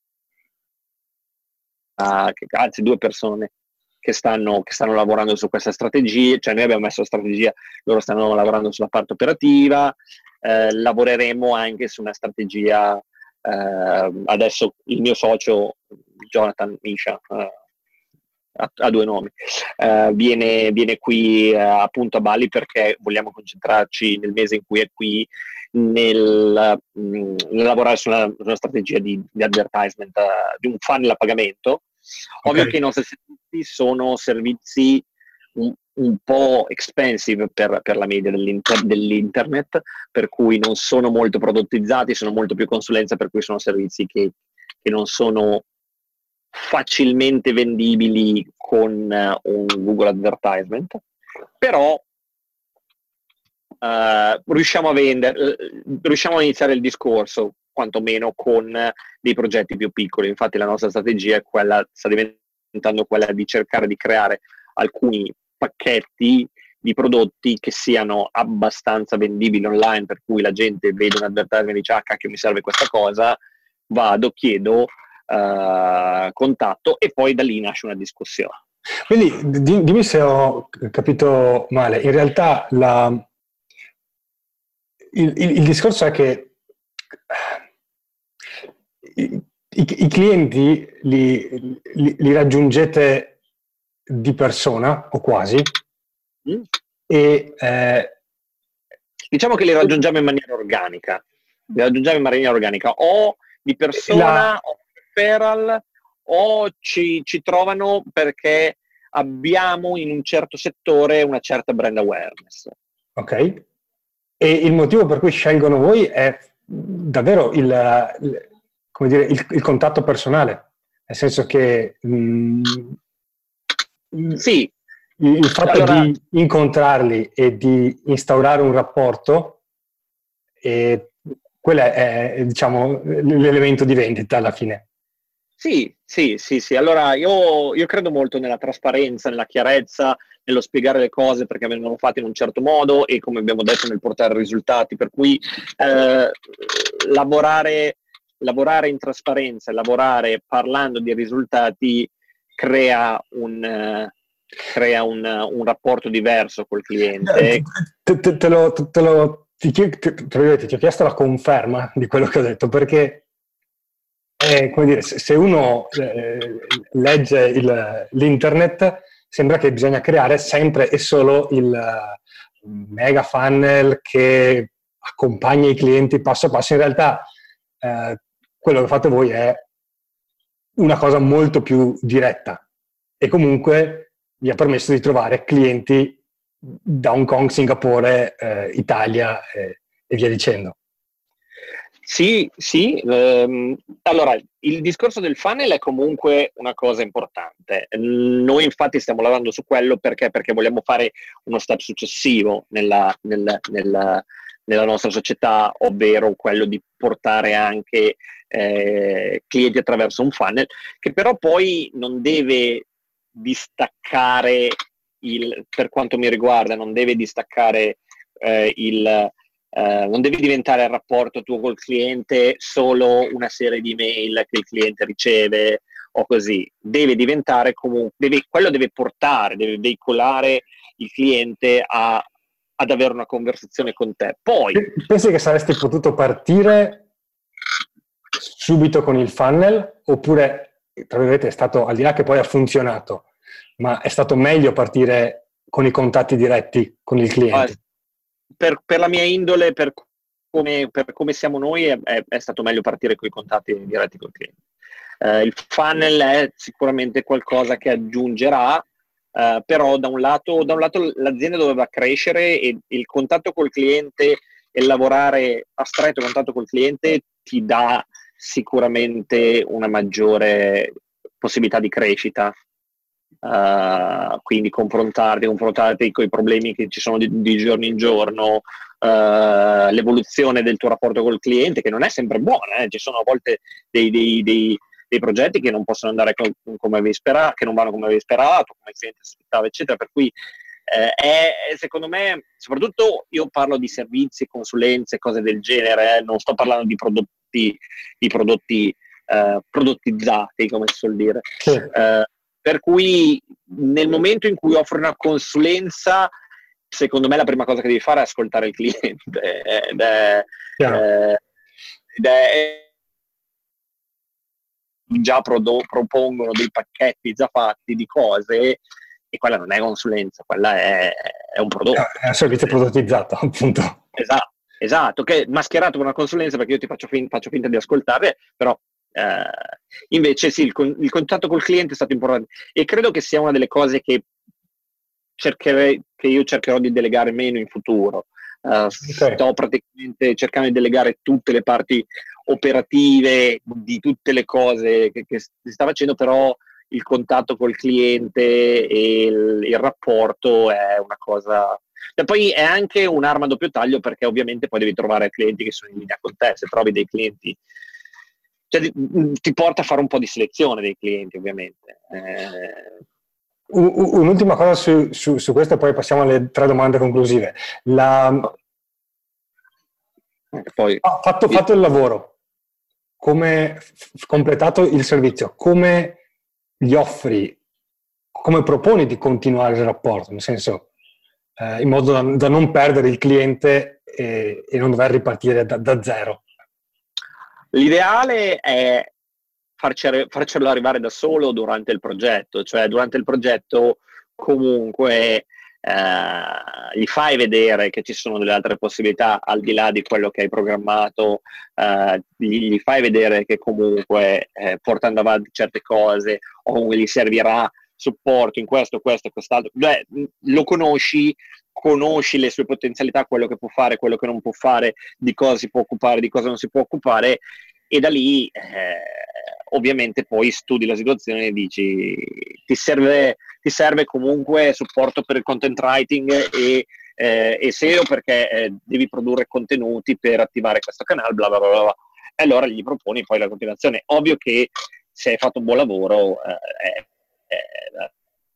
uh, che, anzi due persone che stanno, che stanno lavorando su questa strategia, cioè noi abbiamo messo la strategia, loro stanno lavorando sulla parte operativa. Eh, lavoreremo anche su una strategia. Uh, adesso il mio socio Jonathan Misha, uh, ha, ha due nomi, uh, viene, viene qui uh, appunto a Bali, perché vogliamo concentrarci nel mese in cui è qui nel, mh, nel lavorare su una, una strategia di, di advertisement, uh, di un funnel a pagamento. Okay. Ovvio che i nostri servizi sono servizi un, un po' expensive per, per la media dell'inter, dell'internet, per cui non sono molto prodotizzati, sono molto più consulenza, per cui sono servizi che, che non sono facilmente vendibili con uh, un Google Advertisement, però uh, riusciamo a vendere, uh, riusciamo a iniziare il discorso quantomeno con uh, dei progetti più piccoli. Infatti la nostra strategia è quella, sta diventando quella di cercare di creare alcuni pacchetti di prodotti che siano abbastanza vendibili online, per cui la gente vede un advertisement e dice ah cacchio mi serve questa cosa, vado, chiedo, uh, contatto, e poi da lì nasce una discussione. Quindi dimmi se ho capito male, in realtà la, il, il, il discorso è che i, i, i clienti li, li, li raggiungete di persona o quasi, mm. e eh, diciamo che li raggiungiamo in maniera organica, li raggiungiamo in maniera organica o di persona la... o referral, o ci, ci trovano perché abbiamo in un certo settore una certa brand awareness. Ok, e il motivo per cui scelgono voi è davvero il, il, come dire, il, il contatto personale, nel senso che mh, sì, il fatto allora, di incontrarli e di instaurare un rapporto, e quello è, è diciamo l'elemento di vendita alla fine. Sì, sì, sì, sì. Allora io, io credo molto nella trasparenza, nella chiarezza, nello spiegare le cose perché vengono fatte in un certo modo e, come abbiamo detto, nel portare risultati. Per cui eh, lavorare, lavorare in trasparenza, lavorare parlando di risultati crea un, eh, crea un, un rapporto diverso col cliente. Te, te, te lo, te lo, ti, ti, ti ho chiesto la conferma di quello che ho detto, perché Eh, come dire, se uno eh, legge il, l'internet, sembra che bisogna creare sempre e solo il uh, mega funnel che accompagna i clienti passo a passo. In realtà eh, quello che fate voi è una cosa molto più diretta e comunque vi ha permesso di trovare clienti da Hong Kong, Singapore, eh, Italia eh, e via dicendo. Sì, sì. Ehm, allora, il discorso del funnel è comunque una cosa importante. Noi infatti stiamo lavorando su quello perché, perché vogliamo fare uno step successivo nella, nel, nella, nella nostra società, ovvero quello di portare anche eh, clienti attraverso un funnel, che però poi non deve distaccare, il, per quanto mi riguarda, non deve distaccare eh, il... Uh, non devi diventare il rapporto tuo col cliente solo una serie di email che il cliente riceve o così, deve diventare comunque, deve, quello deve portare, deve veicolare il cliente a ad avere una conversazione con te. Poi pensi che saresti potuto partire subito con il funnel, oppure, tra virgolette, è stato, al di là che poi ha funzionato, ma è stato meglio partire con i contatti diretti con il cliente? Uh, per, per la mia indole, per come, per come siamo noi, è, è, è stato meglio partire con i contatti diretti col cliente. Uh, il funnel è sicuramente qualcosa che aggiungerà, uh, però da un lato, da un lato l'azienda doveva crescere e il contatto col cliente e lavorare a stretto contatto col cliente ti dà sicuramente una maggiore possibilità di crescita. Uh, quindi confrontarti, confrontarti con i problemi che ci sono di, di giorno in giorno, uh, l'evoluzione del tuo rapporto col cliente, che non è sempre buona, eh? Ci sono a volte dei, dei, dei, dei progetti che non possono andare com- come avevi sperato, che non vanno come avevi sperato, come il cliente aspettava, eccetera. Per cui eh, è, secondo me, soprattutto io parlo di servizi, consulenze, cose del genere, eh? Non sto parlando di prodotti, di prodotti uh, prodottizzati, come si suol dire. Sì. Uh, Per cui nel momento in cui offri una consulenza, secondo me la prima cosa che devi fare è ascoltare il cliente. Ed è, eh, ed è già prodo- propongono dei pacchetti già fatti di cose, e quella non è consulenza, quella è, è un prodotto. È un servizio prodottizzato, appunto. Esatto, esatto, che è mascherato con una consulenza perché io ti faccio, fin- faccio finta di ascoltare, però Uh, invece sì, il, con- il contatto col cliente è stato importante, e credo che sia una delle cose che cercherei, che io cercherò di delegare meno in futuro. Uh, okay. Sto praticamente cercando di delegare tutte le parti operative di tutte le cose che, che si sta facendo, però il contatto col cliente e il, il rapporto è una cosa. E poi è anche un'arma a doppio taglio, perché ovviamente poi devi trovare clienti che sono in linea con te. Se trovi dei clienti, cioè, ti porta a fare un po' di selezione dei clienti, ovviamente. Eh... Un'ultima cosa su, su, su questo, e poi passiamo alle tre domande conclusive. La... Poi, fatto, fatto il lavoro, come f- completato il servizio, come gli offri, come proponi di continuare il rapporto, nel senso, eh, in modo da, da non perdere il cliente e, e non dover ripartire da, da zero. L'ideale è farcelo, farcelo arrivare da solo durante il progetto, cioè durante il progetto comunque eh, gli fai vedere che ci sono delle altre possibilità al di là di quello che hai programmato, eh, gli, gli fai vedere che comunque eh, portando avanti certe cose, o comunque gli servirà supporto in questo, questo e quest'altro. Beh, lo conosci, conosci le sue potenzialità, quello che può fare, quello che non può fare, di cosa si può occupare, di cosa non si può occupare, e da lì eh, ovviamente poi studi la situazione e dici ti serve, ti serve comunque supporto per il content writing e, eh, e S E O, perché eh, devi produrre contenuti per attivare questo canale, bla bla bla bla, e allora gli proponi poi la continuazione. Ovvio che se hai fatto un buon lavoro eh, è, è,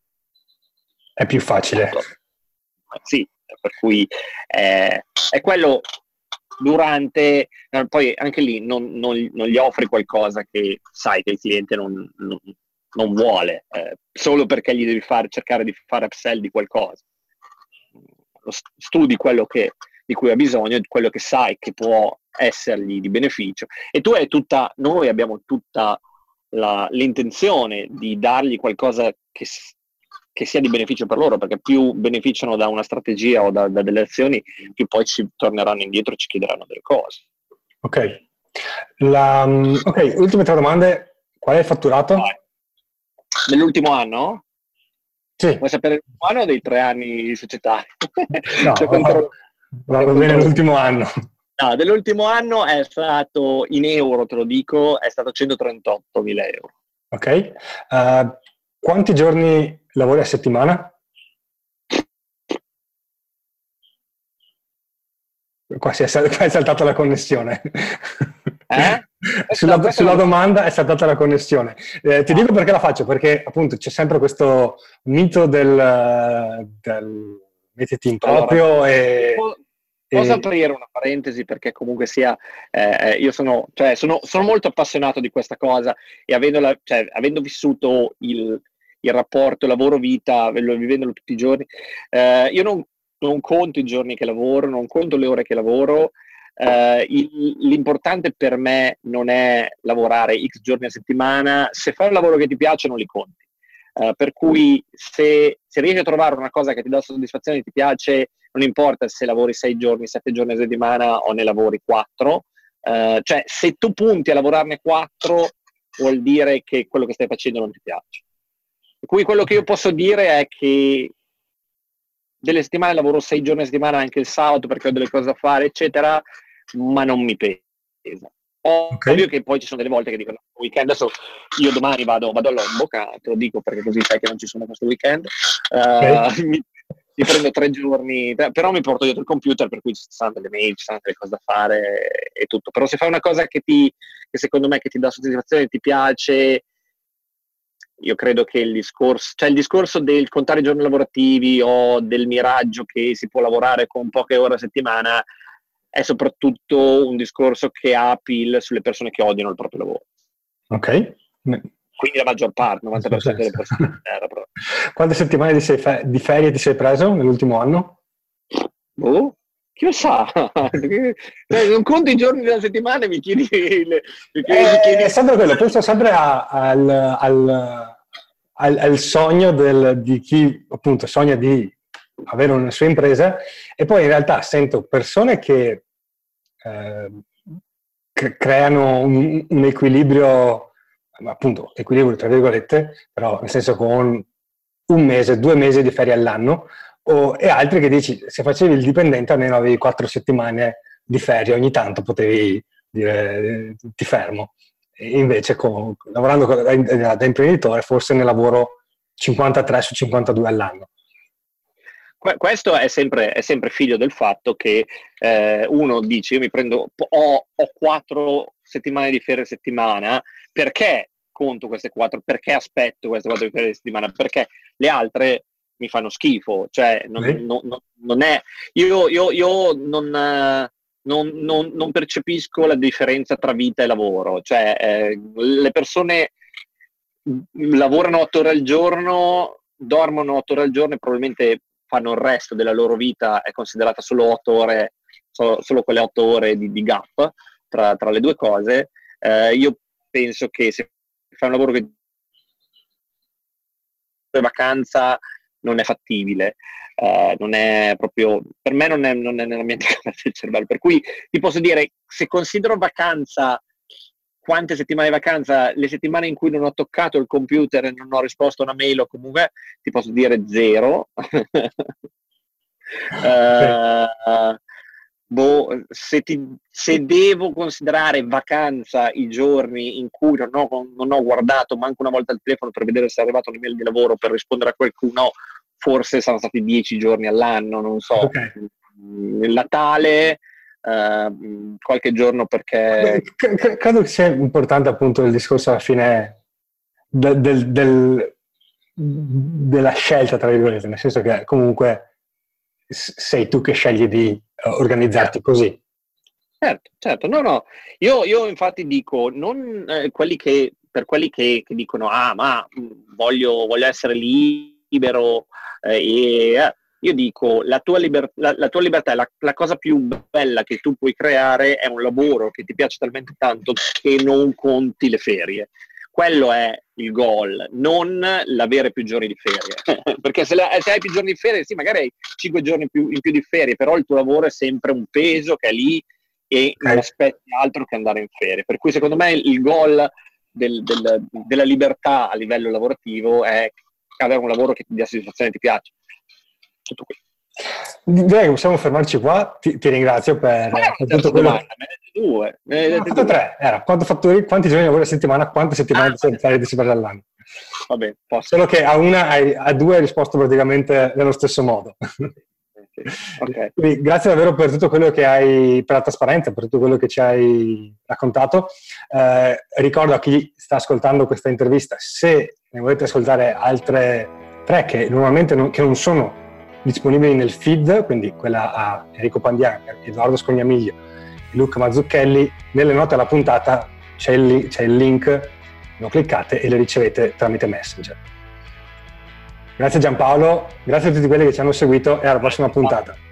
è più facile. Sì, per cui eh, è quello. Durante, eh, poi anche lì non, non, non gli offri qualcosa che sai che il cliente non, non, non vuole, eh, solo perché gli devi fare, cercare di fare upsell di qualcosa. Studi quello che, di cui ha bisogno, quello che sai che può essergli di beneficio, e tu hai tutta, noi abbiamo tutta la, l'intenzione di dargli qualcosa che che sia di beneficio per loro, perché più beneficiano da una strategia o da, da delle azioni, più poi ci torneranno indietro e ci chiederanno delle cose. Ok. La, ok, ultime tre domande. Qual è il fatturato? Vai. Nell'ultimo anno? Sì. Vuoi sapere l'ultimo anno o dei tre anni di società? No, cioè, contro... va, va bene l'ultimo anno. No, dell'ultimo anno è stato, in euro te lo dico, è stato centotrentottomila euro. Ok. Uh, quanti giorni lavori a settimana? Qua, si è, qua è saltata la connessione. Eh? sulla, sulla domanda è saltata la connessione. Eh, ti no. dico perché la faccio, perché appunto c'è sempre questo mito del, del mettiti in proprio. Allora, e, posso e... aprire una parentesi, perché comunque sia, eh, io sono, cioè, sono, sono molto appassionato di questa cosa, e avendo, la, cioè, avendo vissuto il, il rapporto lavoro-vita, vivendolo tutti i giorni, eh, io non non conto i giorni che lavoro, non conto le ore che lavoro. Uh, il, l'importante per me non è lavorare X giorni a settimana. Se fai un lavoro che ti piace non li conti, uh, per cui se, se riesci a trovare una cosa che ti dà soddisfazione e ti piace, non importa se lavori sei giorni, sette giorni a settimana o ne lavori quattro, uh, cioè se tu punti a lavorarne quattro vuol dire che quello che stai facendo non ti piace. Per cui quello che io posso dire è che delle settimane lavoro sei giorni a settimana, anche il sabato perché ho delle cose da fare eccetera, ma non mi pesa. Okay. Ovvio che poi ci sono delle volte che dicono weekend, adesso io domani vado, vado a Lombok, te lo dico perché così sai che non ci sono questo weekend, okay. uh, mi, mi prendo tre giorni, però mi porto dietro il computer, per cui ci sono delle mail, ci sono delle cose da fare e tutto. Però se fai una cosa che ti, che secondo me che ti dà soddisfazione, ti piace, io credo che il discorso, cioè il discorso del contare i giorni lavorativi o del miraggio che si può lavorare con poche ore a settimana è soprattutto un discorso che ha appeal sulle persone che odiano il proprio lavoro. Ok. Quindi la maggior parte, novanta per cento delle persone. Però. Quante settimane di, sei fe- di ferie ti sei preso nell'ultimo anno? Oh, chi lo sa? Non conto i giorni della settimana e mi chiedi... Le, mi chiedi, eh, mi chiedi... È sempre quello, penso sempre a, al, al, al, al sogno del, di chi appunto sogna di avere una sua impresa, e poi in realtà sento persone che eh, cre- creano un, un equilibrio, appunto equilibrio tra virgolette, però nel senso con un mese, due mesi di ferie all'anno, o, e altri che dici se facevi il dipendente almeno avevi quattro settimane di ferie, ogni tanto potevi dire ti fermo, e invece con, lavorando da, da imprenditore forse ne lavoro cinquantatré su cinquantadue all'anno. Questo è sempre, è sempre figlio del fatto che eh, uno dice io mi prendo, ho, ho quattro settimane di ferie a settimana, perché conto queste quattro, perché aspetto queste quattro di ferie a settimana, perché le altre mi fanno schifo, cioè non, sì. non, non, non è, io, io, io non, non, non, non percepisco la differenza tra vita e lavoro, cioè eh, le persone lavorano otto ore al giorno, dormono otto ore al giorno e probabilmente fanno il resto della loro vita, è considerata solo otto ore, solo, solo quelle otto ore di, di gap tra, tra le due cose. Eh, io penso che se fai un lavoro che vacanza non è fattibile, eh, non è proprio, per me non è, non è nella mia cabina del cervello, per cui ti posso dire, se considero vacanza quante settimane di vacanza, le settimane in cui non ho toccato il computer e non ho risposto a una mail o comunque, ti posso dire zero. uh, boh, se, ti, se devo considerare vacanza i giorni in cui non ho, non ho guardato manco una volta il telefono per vedere se è arrivato un'email di lavoro per rispondere a qualcuno, forse saranno stati dieci giorni all'anno, non so. Okay. Il Natale... Uh, qualche giorno perché C- credo che sia importante appunto il discorso alla fine del, del, del, della scelta tra virgolette, nel senso che comunque sei tu che scegli di organizzarti così. Certo, certo, no no, io, io infatti dico non eh, quelli che per quelli che, che dicono ah ma voglio, voglio essere libero eh, e eh, io dico, la tua, liber- la, la tua libertà, la, la cosa più bella che tu puoi creare è un lavoro che ti piace talmente tanto che non conti le ferie. Quello è il goal, non l'avere più giorni di ferie. Perché se, la, se hai più giorni di ferie, sì, magari hai cinque giorni più, in più di ferie, però il tuo lavoro è sempre un peso che è lì e okay. Non aspetti altro che andare in ferie. Per cui secondo me il goal del, del, della libertà a livello lavorativo è avere un lavoro che ti dia soddisfazione e ti piace. Tutto qui. Direi che possiamo fermarci qua. Ti, ti ringrazio per, Ma per tutto quello. Domanda, me ne due. Me ne no, due. Tre. Era quanto fatturi, quanti giorni lavori a settimana, quante settimane ah, di ferie ti si prende all'anno? Va bene, posso. Solo che a una hai, a due hai risposto praticamente nello stesso modo. Okay. Quindi, grazie davvero per tutto quello che hai, per la trasparenza, per tutto quello che ci hai raccontato. Eh, ricordo a chi sta ascoltando questa intervista, se ne volete ascoltare altre tre che normalmente non, che non sono disponibili nel feed, quindi quella a Enrico Pandiani, Edoardo Scognamiglio e Luca Mazzucchelli, nelle note alla puntata c'è il, c'è il link, lo cliccate e le ricevete tramite Messenger. Grazie Giampaolo, grazie a tutti quelli che ci hanno seguito e alla prossima puntata.